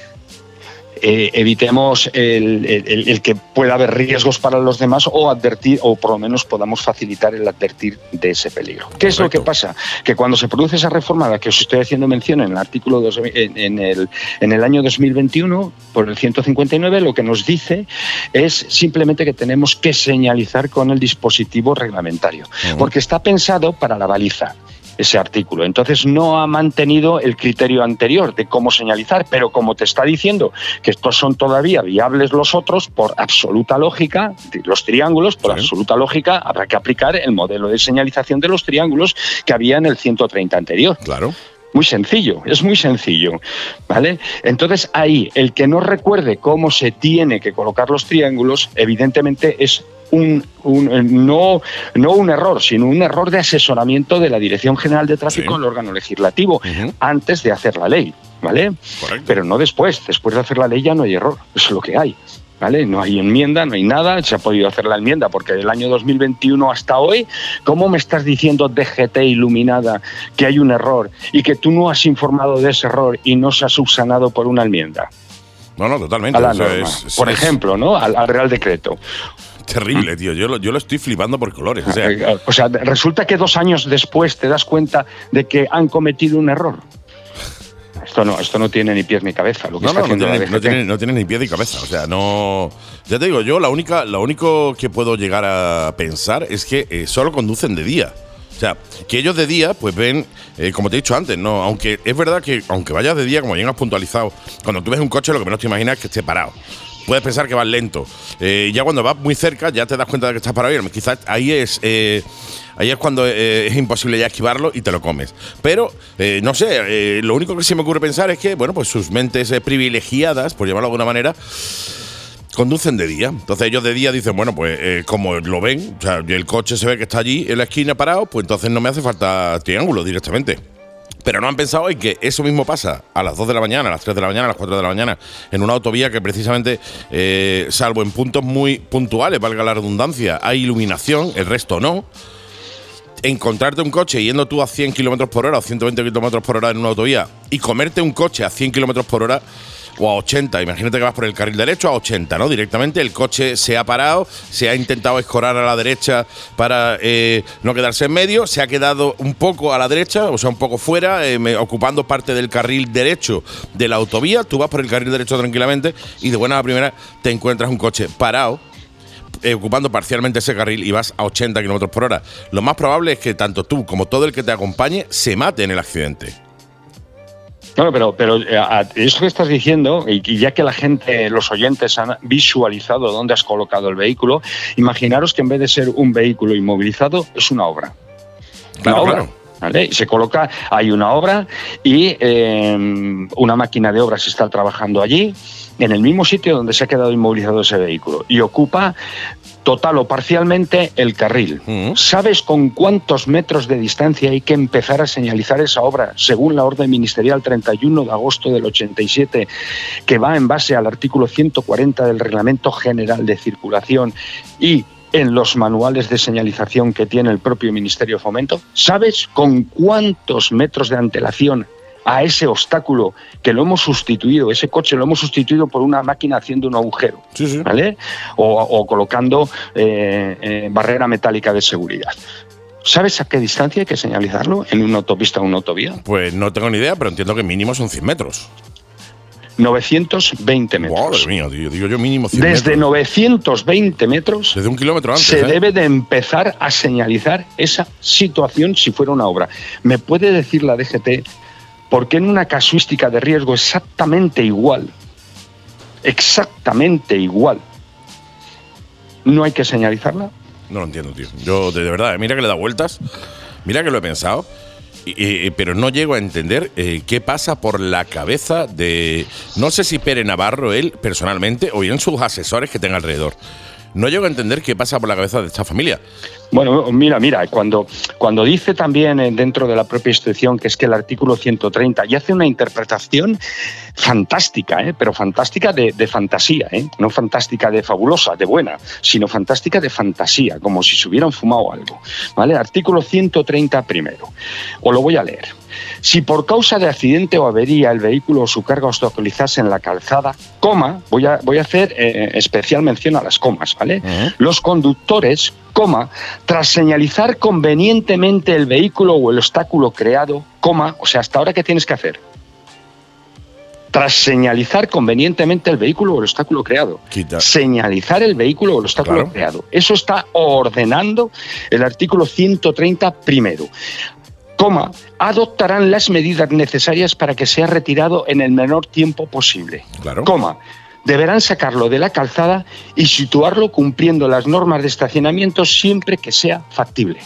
J: Eh, evitemos el, el, el que pueda haber riesgos para los demás o advertir, o por lo menos podamos facilitar el advertir de ese peligro. ¿Qué Correcto. Es lo que pasa? Que cuando se produce esa reforma a la que os estoy haciendo mención en el artículo dos, en, en, el, en el año dos mil veintiuno, por el ciento cincuenta y nueve, lo que nos dice es simplemente que tenemos que señalizar con el dispositivo reglamentario, uh-huh. porque está pensado para la baliza. Ese artículo. Entonces no ha mantenido el criterio anterior de cómo señalizar, pero como te está diciendo que estos son todavía viables los otros, por absoluta lógica, los triángulos, por sí. absoluta lógica, habrá que aplicar el modelo de señalización de los triángulos que había en el ciento treinta anterior.
H: Claro.
J: Muy sencillo, es muy sencillo, ¿vale? Entonces ahí, el que no recuerde cómo se tiene que colocar los triángulos, evidentemente es Un, un, no, no un error, sino un error de asesoramiento de la Dirección General de Tráfico, sí. el órgano legislativo, uh-huh. antes de hacer la ley, ¿vale?
H: Correcto.
J: Pero no después. Después de hacer la ley ya no hay error, eso es lo que hay, ¿vale? No hay enmienda, no hay nada, se ha podido hacer la enmienda, porque del año dos mil veintiuno hasta hoy, ¿cómo me estás diciendo D G T iluminada que hay un error y que tú no has informado de ese error y no se ha subsanado por una enmienda?
H: No, no, totalmente.
J: A la
H: o sea,
J: norma,
H: es,
J: por
H: es,
J: ejemplo, ¿no? Al, al Real Decreto.
H: Terrible, tío. Yo lo, yo lo estoy flipando por colores. O sea.
J: o sea, resulta que dos años después te das cuenta de que han cometido un error. Esto no, esto no tiene ni pies ni cabeza. Lo que
H: no,
J: está
H: no,
J: haciendo
H: no, tiene,
J: la
H: no, tiene, no tiene ni pies ni cabeza. O sea, no. Ya te digo, yo la única, lo único que puedo llegar a pensar es que eh, solo conducen de día. O sea, que ellos de día, pues ven, eh, como te he dicho antes, no, aunque es verdad que aunque vayas de día, como bien has puntualizado, cuando tú ves un coche, lo que menos te imaginas es que esté parado. Puedes pensar que vas lento. Eh, ya cuando vas muy cerca, ya te das cuenta de que estás parado. Y quizás ahí es eh, ahí es cuando eh, es imposible ya esquivarlo y te lo comes. Pero, eh, no sé, eh, lo único que se me ocurre pensar es que, bueno, pues sus mentes eh, privilegiadas, por llamarlo de alguna manera, conducen de día. Entonces ellos de día dicen, bueno, pues eh, como lo ven, o sea, el coche se ve que está allí en la esquina parado, pues entonces no me hace falta triángulo directamente. Pero no han pensado en que eso mismo pasa a las dos de la mañana, a las tres de la mañana, a las cuatro de la mañana, en una autovía que precisamente, eh, salvo en puntos muy puntuales, valga la redundancia, hay iluminación, el resto no. Encontrarte un coche yendo tú a cien kilómetros por hora o ciento veinte kilómetros por hora en una autovía y comerte un coche a cien kilómetros por hora o a ochenta, imagínate que vas por el carril derecho a ochenta, ¿no? Directamente el coche se ha parado, se ha intentado escorar a la derecha para eh, no quedarse en medio, se ha quedado un poco a la derecha, o sea, un poco fuera, eh, me, ocupando parte del carril derecho de la autovía. Tú vas por el carril derecho tranquilamente y de buena a la primera te encuentras un coche parado, eh, ocupando parcialmente ese carril y vas a ochenta kilómetros por hora. Lo más probable es que tanto tú como todo el que te acompañe se mate en el accidente.
J: No, pero, pero eso que estás diciendo, y ya que la gente, los oyentes han visualizado dónde has colocado el vehículo, imaginaros que en vez de ser un vehículo inmovilizado, es una obra.
H: Claro,
J: una obra.
H: claro.
J: ¿Vale? Se coloca, hay una obra y eh, una máquina de obras está trabajando allí, en el mismo sitio donde se ha quedado inmovilizado ese vehículo, y ocupa total o parcialmente el carril. Uh-huh. ¿Sabes con cuántos metros de distancia hay que empezar a señalizar esa obra según la orden ministerial treinta y uno de agosto del ochenta y siete, que va en base al artículo ciento cuarenta del Reglamento General de Circulación y en los manuales de señalización que tiene el propio Ministerio de Fomento? ¿Sabes con cuántos metros de antelación a ese obstáculo que lo hemos sustituido, ese coche lo hemos sustituido por una máquina haciendo un agujero,
H: sí, sí.
J: ¿vale? O, o colocando eh, eh, barrera metálica de seguridad? ¿Sabes a qué distancia hay que señalizarlo en una autopista o una autovía?
H: Pues no tengo ni idea, pero entiendo que mínimo son cien metros.
J: novecientos veinte metros.
H: Madre mía, tío, digo yo mínimo cien
J: Desde
H: metros.
J: novecientos veinte metros.
H: Desde un kilómetro antes.
J: Se
H: ¿eh?
J: debe de empezar a señalizar esa situación si fuera una obra. ¿Me puede decir la D G T por qué en una casuística de riesgo exactamente igual, exactamente igual, no hay que señalizarla?
H: No lo entiendo, tío. Yo, de, de verdad, mira que le da vueltas, mira que lo he pensado. Eh, pero no llego a entender eh, qué pasa por la cabeza de, no sé si Pere Navarro, él personalmente, o bien sus asesores que tenga alrededor. No llego a entender qué pasa por la cabeza de esta familia.
J: Bueno, mira, mira, cuando, cuando dice también dentro de la propia instrucción que es que el artículo ciento treinta, y hace una interpretación fantástica, ¿eh? pero fantástica de, de fantasía, ¿eh? no fantástica de fabulosa, de buena, sino fantástica de fantasía, como si se hubieran fumado algo. ¿Vale? Artículo ciento treinta primero. Os lo voy a leer. Si por causa de accidente o avería el vehículo o su carga obstaculizase en la calzada, coma, voy a, voy a hacer eh, especial mención a las comas, ¿vale? Uh-huh. Los conductores, coma, tras señalizar convenientemente el vehículo o el obstáculo creado, coma, o sea, hasta ahora, ¿qué tienes que hacer? Tras señalizar convenientemente el vehículo o el obstáculo creado.
H: Quita.
J: Señalizar el vehículo o el obstáculo claro. creado. Eso está ordenando el artículo ciento treinta primero. Coma, adoptarán las medidas necesarias para que sea retirado en el menor tiempo posible.
H: Claro.
J: Coma, deberán sacarlo de la calzada y situarlo cumpliendo las normas de estacionamiento siempre que sea factible.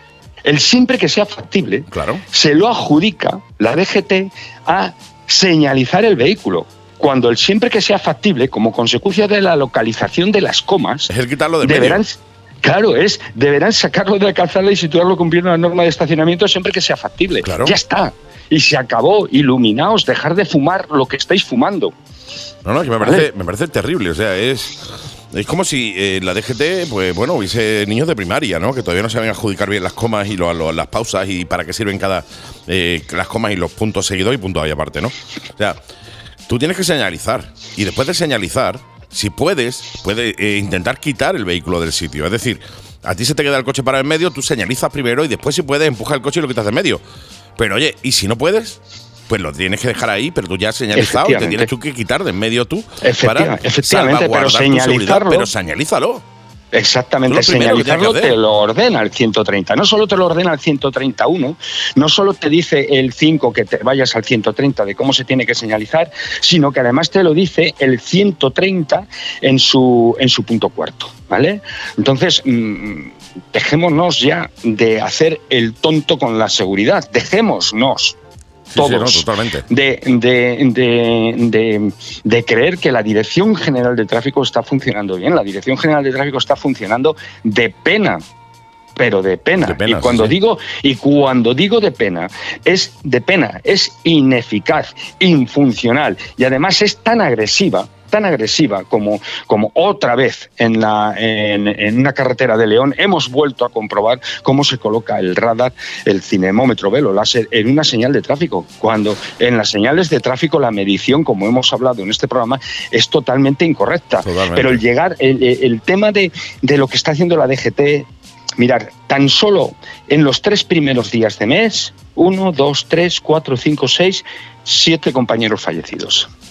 J: El siempre que sea factible
H: claro.
J: se lo adjudica la D G T a señalizar el vehículo, cuando el siempre que sea factible, como consecuencia de la localización de las comas,
H: es el quitarlo de
J: deberán...
H: medio.
J: Claro, es, deberán sacarlo de la calzada y situarlo cumpliendo la norma de estacionamiento siempre que sea factible.
H: Claro.
J: Ya está. Y se acabó. Iluminaos, dejar de fumar lo que estáis fumando.
H: No, no, que me parece, me parece terrible. O sea, es, es como si eh, la D G T, pues bueno, hubiese niños de primaria, ¿no? Que todavía no saben adjudicar bien las comas y lo, lo, las pausas y para qué sirven cada eh, las comas y los puntos seguidos y puntos ahí aparte, ¿no? O sea, tú tienes que señalizar. Y después de señalizar, si puedes, puedes eh, intentar quitar el vehículo del sitio. Es decir, a ti se te queda el coche parado en medio, tú señalizas primero y después, si puedes, empuja el coche y lo quitas de en medio. Pero oye, ¿y si no puedes? Pues lo tienes que dejar ahí, pero tú ya has señalizado y te tienes tú que quitar de en medio tú para
J: efectivamente, pero
H: señalizarlo. Pero señalízalo.
J: Exactamente, señalizarlo te lo ordena el ciento treinta. No solo te lo ordena el ciento treinta y uno, no solo te dice el cinco que te vayas al ciento treinta de cómo se tiene que señalizar, sino que además te lo dice el ciento treinta en su, en su punto cuarto, ¿vale? Entonces, mmm, dejémonos ya de hacer el tonto con la seguridad, dejémonos. Todos,
H: sí, sí, no, totalmente.
J: De, de, de, de, de creer que la Dirección General de Tráfico está funcionando bien. La Dirección General de Tráfico está funcionando de pena, pero de pena. De pena y cuando sí, digo y cuando digo de pena, es de pena, es ineficaz, infuncional y además es tan agresiva. tan agresiva como, como otra vez en, la, en, en una carretera de León hemos vuelto a comprobar cómo se coloca el radar, el cinemómetro velo láser en una señal de tráfico, cuando en las señales de tráfico la medición, como hemos hablado en este programa, es totalmente incorrecta. Totalmente. Pero el llegar, el, el tema de, de lo que está haciendo la D G T, mirar, tan solo en los tres primeros días de mes, uno, dos, tres, cuatro, cinco, seis, siete compañeros fallecidos.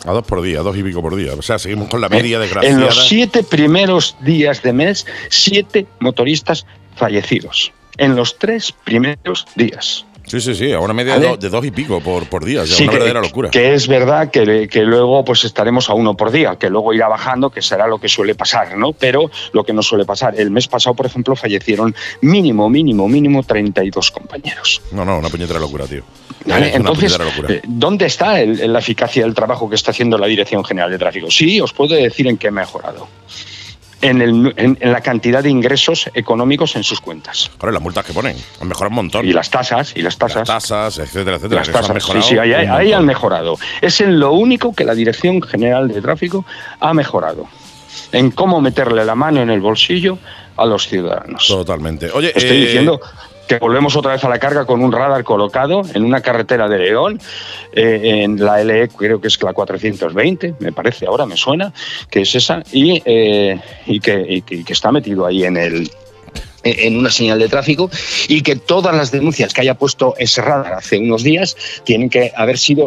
H: A dos por día, dos y pico por día. O sea, seguimos con la media desgraciada.
J: En los siete primeros días de mes, siete motoristas fallecidos. En los tres primeros días.
H: Sí, sí, sí, a una media
J: ¿Vale?
H: de, do, de dos y pico por, por día, ya
J: Sí,
H: una
J: que,
H: verdadera locura.
J: Que es verdad que, que luego pues estaremos a uno por día, que luego irá bajando, que será lo que suele pasar, ¿no? Pero lo que no suele pasar. El mes pasado, por ejemplo, fallecieron mínimo, mínimo, mínimo treinta y dos compañeros.
H: No, no, una puñetera locura, tío.
J: ¿Vale?
H: Es una
J: Entonces,
H: puñetera locura.
J: eh, ¿dónde está el, la eficacia del trabajo que está haciendo la Dirección General de Tráfico? Sí, os puedo decir en qué ha mejorado. En, el, en, en la cantidad de ingresos económicos en sus cuentas.
H: Claro, las multas que ponen han mejorado un montón.
J: Y las tasas, y las tasas.
H: Las tasas, etcétera, etcétera.
J: Las
H: que eso
J: tasas,
H: han mejorado
J: sí, sí, ahí,
H: un
J: ahí
H: montón.
J: han mejorado. Es en lo único que la Dirección General de Tráfico ha mejorado. En cómo meterle la mano en el bolsillo a los ciudadanos.
H: Totalmente. Oye,
J: Estoy
H: eh,
J: diciendo que volvemos otra vez a la carga con un radar colocado en una carretera de León, eh, en la L E, creo que es la cuatrocientos veinte, me parece, ahora me suena, que es esa, y, eh, y, que, y, que, y que está metido ahí en el en una señal de tráfico, y que todas las denuncias que haya puesto ese radar hace unos días tienen que haber sido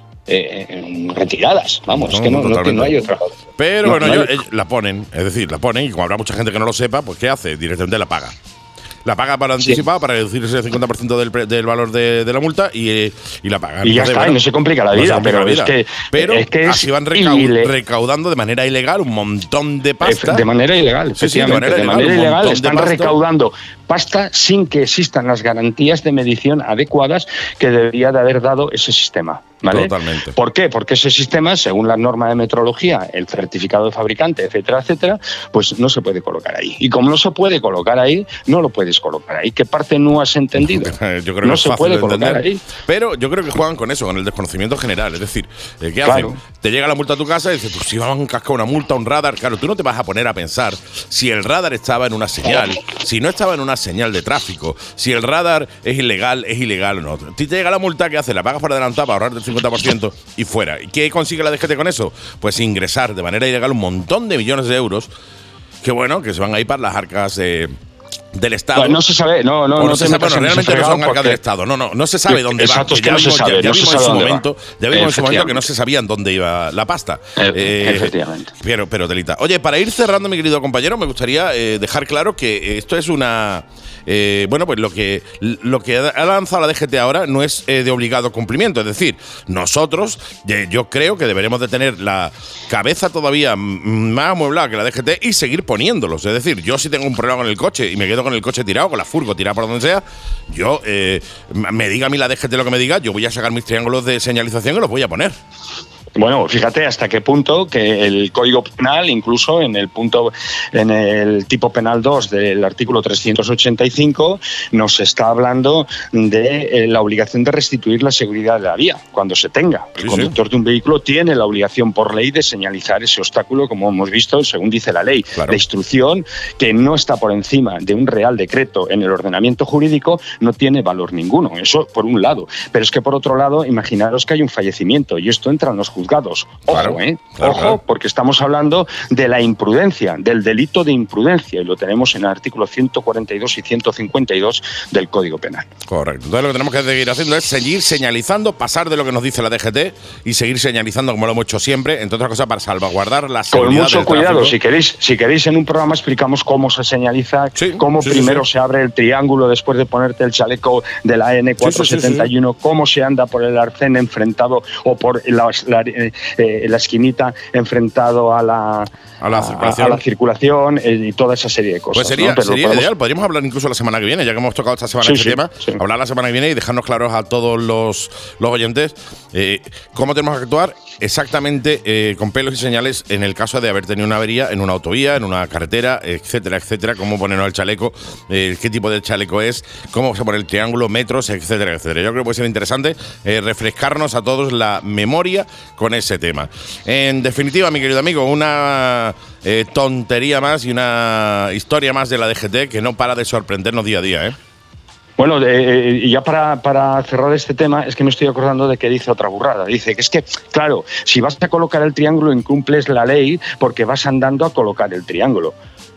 J: eh, retiradas. Vamos,
H: No,
J: es que no, no, no hay otra.
H: Pero
J: no,
H: bueno,
J: no
H: ellos,
J: hay-
H: ellos la ponen, es decir, la ponen y como habrá mucha gente que no lo sepa, pues ¿qué hace? Directamente la paga. La paga para anticipado, para reducir ese cincuenta por ciento del, pre- del valor de, de la multa y, eh, y la paga.
J: Y ya
H: Entonces,
J: está,
H: bueno,
J: y no se complica la
H: no se
J: vida,
H: complica
J: pero
H: la
J: es que,
H: Pero
J: es que es
H: así van recau-
J: ile-
H: recaudando de manera ilegal un montón de pasta.
J: De manera ilegal,
H: Sí, sí, de
J: efectivamente.
H: manera
J: de
H: ilegal,
J: manera
H: un
J: ilegal
H: montón de
J: están
H: pasta.
J: recaudando pasta sin que existan las garantías de medición adecuadas que debería de haber dado ese sistema. ¿Vale?
H: Totalmente.
J: ¿Por qué? Porque ese sistema, según la norma de metrología, el certificado de fabricante, etcétera, etcétera, pues no se puede colocar ahí. Y como no se puede colocar ahí, no lo puedes colocar ahí. ¿Qué parte no has entendido?
H: Yo creo
J: no
H: que es
J: se
H: fácil
J: puede
H: de
J: colocar
H: entender,
J: ahí.
H: pero yo creo que juegan con eso, con el desconocimiento general. Es decir, eh, ¿qué
J: Claro.
H: hacen? Te llega la multa a tu casa y dices, pues si van a cascar una multa, un radar. Claro, tú no te vas a poner a pensar si el radar estaba en una señal, si no estaba en una señal de tráfico, si el radar es ilegal, es ilegal o no. A ti te llega la multa, ¿qué haces? La pagas por adelantado para ahorrarte el cincuenta por ciento y fuera. ¿Y qué consigue la D G T con eso? Pues ingresar de manera ilegal un montón de millones de euros que, bueno, que se van a ir para las arcas eh, del Estado.
J: Bueno, no se sabe, no, no,
H: O
J: no,
H: no se
J: te
H: sabe,
J: metas
H: bueno,
J: en ese
H: realmente no son
J: fregado
H: arcas del
J: porque-
H: Estado. No, no, no se sabe dónde va.
J: Exacto, es
H: que
J: que
H: ya
J: no se
H: vimos,
J: sabe,
H: ya, ya
J: no se
H: vimos
J: sabe
H: en su
J: dónde va.
H: momento, ya vimos en su momento que no
J: Efectivamente.
H: se sabían dónde iba la pasta.
J: Eh, efectivamente.
H: Pero, pero telita. Oye, para ir cerrando, mi querido compañero, me gustaría eh, dejar claro que esto es una. Eh, bueno, pues lo que, lo que ha lanzado la D G T ahora no es eh, de obligado cumplimiento. Es decir, nosotros, eh, yo creo que deberemos de tener la cabeza todavía m- más amueblada que la D G T y seguir poniéndolos. Es decir, yo si tengo un problema con el coche y me quedo con el coche tirado, con la furgo tirada por donde sea, yo, eh, me diga a mí la D G T lo que me diga, yo voy a sacar mis triángulos de señalización y los voy a poner.
J: Bueno, fíjate hasta qué punto que el Código Penal, incluso en el punto, en el tipo penal dos del artículo trescientos ochenta y cinco, nos está hablando de eh, la obligación de restituir la seguridad de la vía cuando se tenga. El
H: Sí,
J: conductor de un vehículo tiene la obligación por ley de señalizar ese obstáculo, como hemos visto, según dice la ley.
H: Claro.
J: La instrucción, que no está por encima de un real decreto en el ordenamiento jurídico, no tiene valor ninguno. Eso por un lado. Pero es que por otro lado, imaginaros que hay un fallecimiento y esto entra en los juzgados. Ojo,
H: Claro,
J: ¿eh?
H: claro,
J: Ojo,
H: claro.
J: porque estamos hablando de la imprudencia, del delito de imprudencia, y lo tenemos en el artículo ciento cuarenta y dos y ciento cincuenta y dos del Código Penal.
H: Correcto. Entonces lo que tenemos que seguir haciendo es seguir señalizando, pasar de lo que nos dice la D G T y seguir señalizando como lo hemos hecho siempre, entre otras cosas para salvaguardar la seguridad
J: Con mucho
H: del
J: cuidado,
H: tráfico.
J: si queréis, si queréis en un programa explicamos cómo se señaliza,
H: Sí,
J: cómo
H: sí, sí,
J: primero
H: sí.
J: se abre el triángulo después de ponerte el chaleco de la N cuatrocientos setenta y uno, cómo se anda por el arcén enfrentado o por la, la, eh, eh, la esquinita enfrentado a la,
H: A la circulación.
J: a la circulación, eh, y toda esa serie de cosas.
H: Pues sería,
J: ¿no? Pero
H: sería
J: podemos-
H: ideal, podríamos hablar incluso la semana que viene, ya que hemos tocado esta semana
J: Sí,
H: este
J: sí,
H: tema,
J: sí.
H: hablar la semana que viene y dejarnos claros a todos los, los oyentes eh, cómo tenemos que actuar exactamente eh, con pelos y señales en el caso de haber tenido una avería en una autovía, en una carretera, etcétera, etcétera, cómo ponernos el chaleco, eh, qué tipo de chaleco es, cómo se pone el triángulo, metros, etcétera, etcétera. Yo creo que puede ser interesante eh, refrescarnos a todos la memoria con ese tema. En definitiva, mi querido amigo, una eh, tontería más y una historia más de la D G T que no para de sorprendernos día a día, ¿eh?
J: Bueno, eh, y ya para, para cerrar este tema, es que me estoy acordando de que dice otra burrada. Dice que es que, claro, si vas a colocar el triángulo, incumples la ley porque vas andando a colocar el triángulo.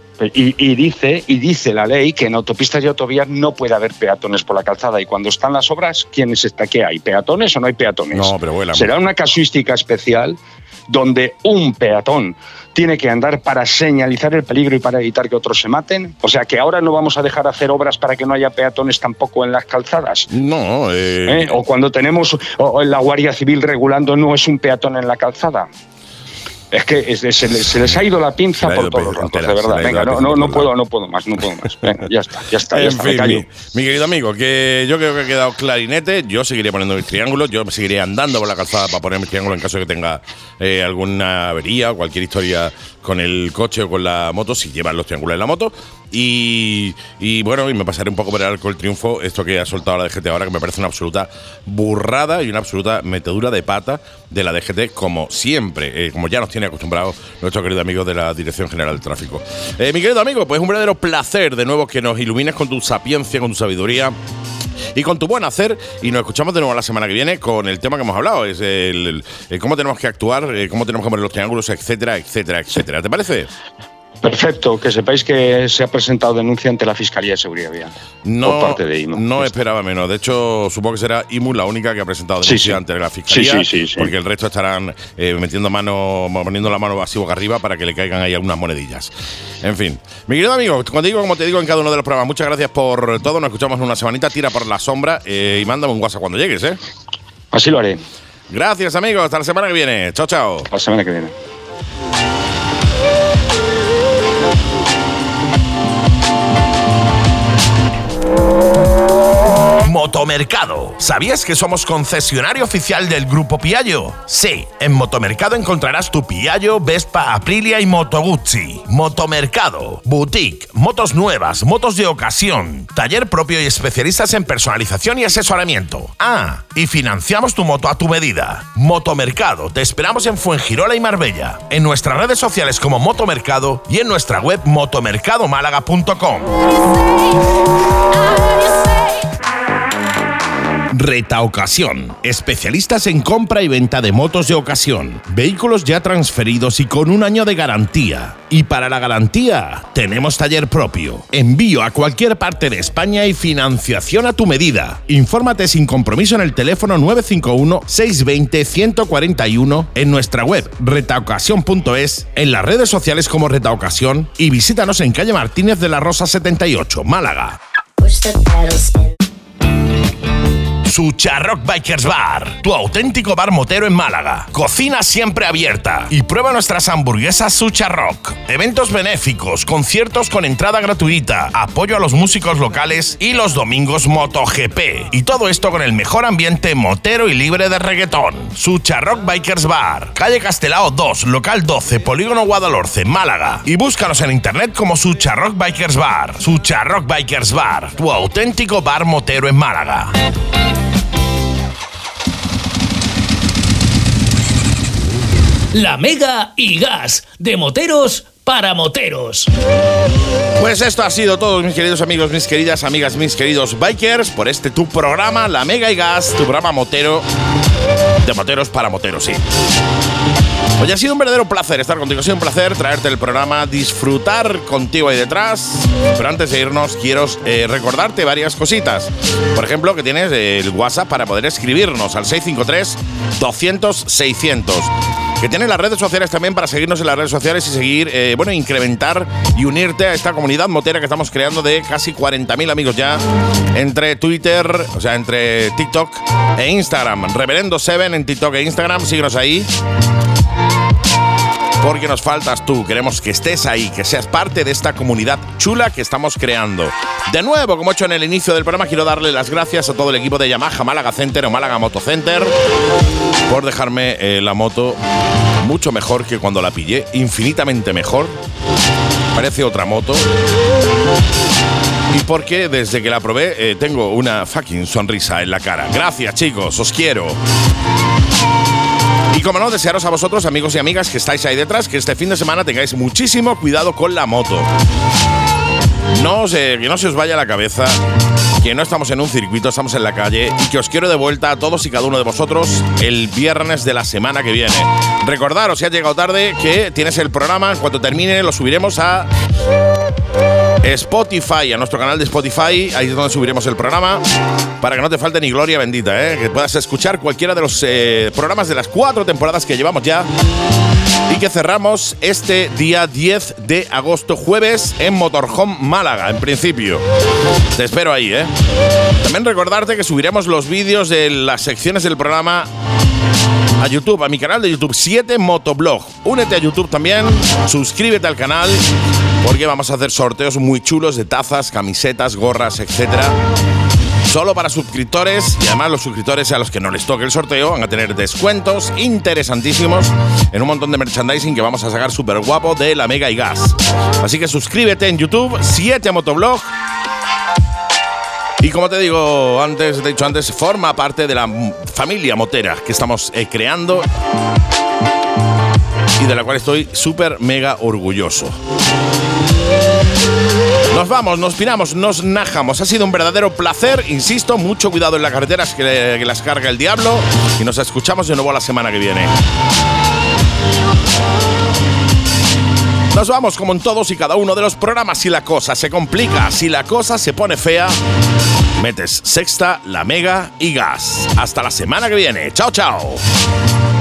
J: Y, y dice y dice la ley que en autopistas y autovías no puede haber peatones por la calzada. Y cuando están las obras, ¿quiénes está? ¿Qué hay? ¿Peatones o no hay peatones?
H: No, pero vuelan.
J: Será una casuística especial donde un peatón tiene que andar para señalizar el peligro y para evitar que otros se maten? O sea, que ahora no vamos a dejar hacer obras para que no haya peatones tampoco en las calzadas.
H: No. Eh...
J: ¿Eh? O cuando tenemos o la Guardia Civil regulando, no es un peatón en la calzada. Es que es, es, se, les, se les ha ido la pinza por todos los ratos, de verdad. Venga, no, no, no puedo, no puedo más, no puedo más. Venga, ya está, ya está, ya
H: en
J: está,
H: fin,
J: me callo.
H: Mi, mi querido amigo, que yo creo que ha quedado clarinete. Yo seguiré poniendo mis triángulos, yo seguiré andando por la calzada para poner mis triángulos en caso de que tenga eh, alguna avería o cualquier historia con el coche o con la moto, si llevan los triángulos en la moto. Y, y bueno, y me pasaré un poco por el arco del triunfo, esto que ha soltado la D G T ahora, que me parece una absoluta burrada y una absoluta metedura de pata de la D G T, como siempre, eh, como ya nos tiene acostumbrados nuestro querido amigo de la Dirección General del Tráfico. Eh, mi querido amigo, pues un verdadero placer de nuevo que nos ilumines con tu sapiencia, con tu sabiduría y con tu buen hacer, y nos escuchamos de nuevo la semana que viene con el tema que hemos hablado, es el, el, el cómo tenemos que actuar, eh, cómo tenemos que poner los triángulos, etcétera, etcétera, etcétera. ¿Te parece?
J: Perfecto, que sepáis que se ha presentado denuncia ante la Fiscalía de Seguridad Vial
H: no,
J: por parte de I M U.
H: No esperaba menos. De hecho, supongo que será I M U la única que ha presentado denuncia sí, sí. ante la Fiscalía,
J: sí, sí, sí, sí.
H: porque el resto estarán eh, metiendo mano, poniendo la mano así boca arriba para que le caigan ahí algunas monedillas. En fin, mi querido amigo, cuando digo, como te digo en cada uno de los programas, muchas gracias por todo. Nos escuchamos en una semanita. Tira por la sombra eh, y mándame un WhatsApp cuando llegues, ¿eh?
J: Así lo haré.
H: Gracias, amigo. Hasta la semana que viene. Chao, chao.
J: Hasta la semana que viene.
K: Motomercado. ¿Sabías que somos concesionario oficial del Grupo Piaggio? Sí, en Motomercado encontrarás tu Piaggio, Vespa, Aprilia y Moto Guzzi. Motomercado. Boutique, motos nuevas, motos de ocasión, taller propio y especialistas en personalización y asesoramiento. Ah, y financiamos tu moto a tu medida. Motomercado. Te esperamos en Fuengirola y Marbella, en nuestras redes sociales como Motomercado y en nuestra web motomercado málaga punto com. Reta Ocasión. Especialistas en compra y venta de motos de ocasión. Vehículos ya transferidos y con un año de garantía. Y para la garantía, tenemos taller propio. Envío a cualquier parte de España y financiación a tu medida. Infórmate sin compromiso en el teléfono nueve cinco uno, seis dos cero, uno cuatro uno, en nuestra web reta ocasión punto es, en las redes sociales como Reta Ocasión y visítanos en calle Martínez de la Rosa setenta y ocho, Málaga. Sucharrock Bikers Bar, tu auténtico bar motero en Málaga. Cocina siempre abierta y prueba nuestras hamburguesas Sucharrock. Eventos benéficos, conciertos con entrada gratuita, apoyo a los músicos locales y los domingos MotoGP. Y todo esto con el mejor ambiente motero y libre de reggaetón. Sucharrock Bikers Bar, calle Castelao dos, local doce, Polígono Guadalhorce, Málaga. Y búscanos en internet como Sucharrock Bikers Bar. Sucharrock Bikers Bar, tu auténtico bar motero en Málaga.
G: La Mega y Gas, de moteros para moteros.
H: Pues esto ha sido todo, mis queridos amigos, mis queridas amigas, mis queridos bikers, por este tu programa, La Mega y Gas, tu programa motero, de moteros para moteros, sí. Hoy ha sido un verdadero placer estar contigo, ha sido un placer traerte el programa, disfrutar contigo ahí detrás. Pero antes de irnos, quiero eh, recordarte varias cositas. Por ejemplo, que tienes el WhatsApp para poder escribirnos al seis cinco tres, doscientos, seiscientos. Que tienes las redes sociales también para seguirnos en las redes sociales y seguir, eh, bueno, incrementar y unirte a esta comunidad motera que estamos creando de casi cuarenta mil amigos ya entre Twitter, o sea, entre TikTok e Instagram. Reverendo Seven en TikTok e Instagram, síguenos ahí. Porque nos faltas tú, queremos que estés ahí, que seas parte de esta comunidad chula que estamos creando. De nuevo, como he hecho en el inicio del programa, quiero darle las gracias a todo el equipo de Yamaha Málaga Center o Málaga Moto Center por dejarme eh, la moto mucho mejor que cuando la pillé, infinitamente mejor. Parece otra moto. Y porque desde que la probé eh, tengo una fucking sonrisa en la cara. Gracias, chicos, os quiero. Y como no, desearos a vosotros, amigos y amigas que estáis ahí detrás, que este fin de semana tengáis muchísimo cuidado con la moto. No se, que no se os vaya la cabeza, que no estamos en un circuito, estamos en la calle, y que os quiero de vuelta a todos y cada uno de vosotros el viernes de la semana que viene. Recordaros, si has llegado tarde, que tienes el programa, en cuanto termine lo subiremos a Spotify, a nuestro canal de Spotify, ahí es donde subiremos el programa, para que no te falte ni gloria bendita, ¿eh? Que puedas escuchar cualquiera de los eh, programas de las cuatro temporadas que llevamos ya y que cerramos este día diez de agosto, jueves, en Motorhome Málaga, en principio. Te espero ahí, ¿eh? También recordarte que subiremos los vídeos de las secciones del programa a YouTube, a mi canal de YouTube, siete Motoblog. Únete a YouTube también, suscríbete al canal, porque vamos a hacer sorteos muy chulos de tazas, camisetas, gorras, etcétera. Solo para suscriptores, y además los suscriptores a los que no les toque el sorteo van a tener descuentos interesantísimos en un montón de merchandising que vamos a sacar súper guapo de la Mega y Gas. Así que suscríbete en YouTube, siete Motoblog. Y como te digo antes, te he dicho antes, forma parte de la familia motera que estamos eh, creando y de la cual estoy súper mega orgulloso. Nos vamos, nos piramos, nos najamos. Ha sido un verdadero placer, insisto, mucho cuidado en las carreteras que, que las carga el diablo, y nos escuchamos de nuevo la semana que viene. Nos vamos como en todos y cada uno de los programas. Si la cosa se complica, si la cosa se pone fea, metes Sexta, La Mega y Gas. Hasta la semana que viene. Chao, chao.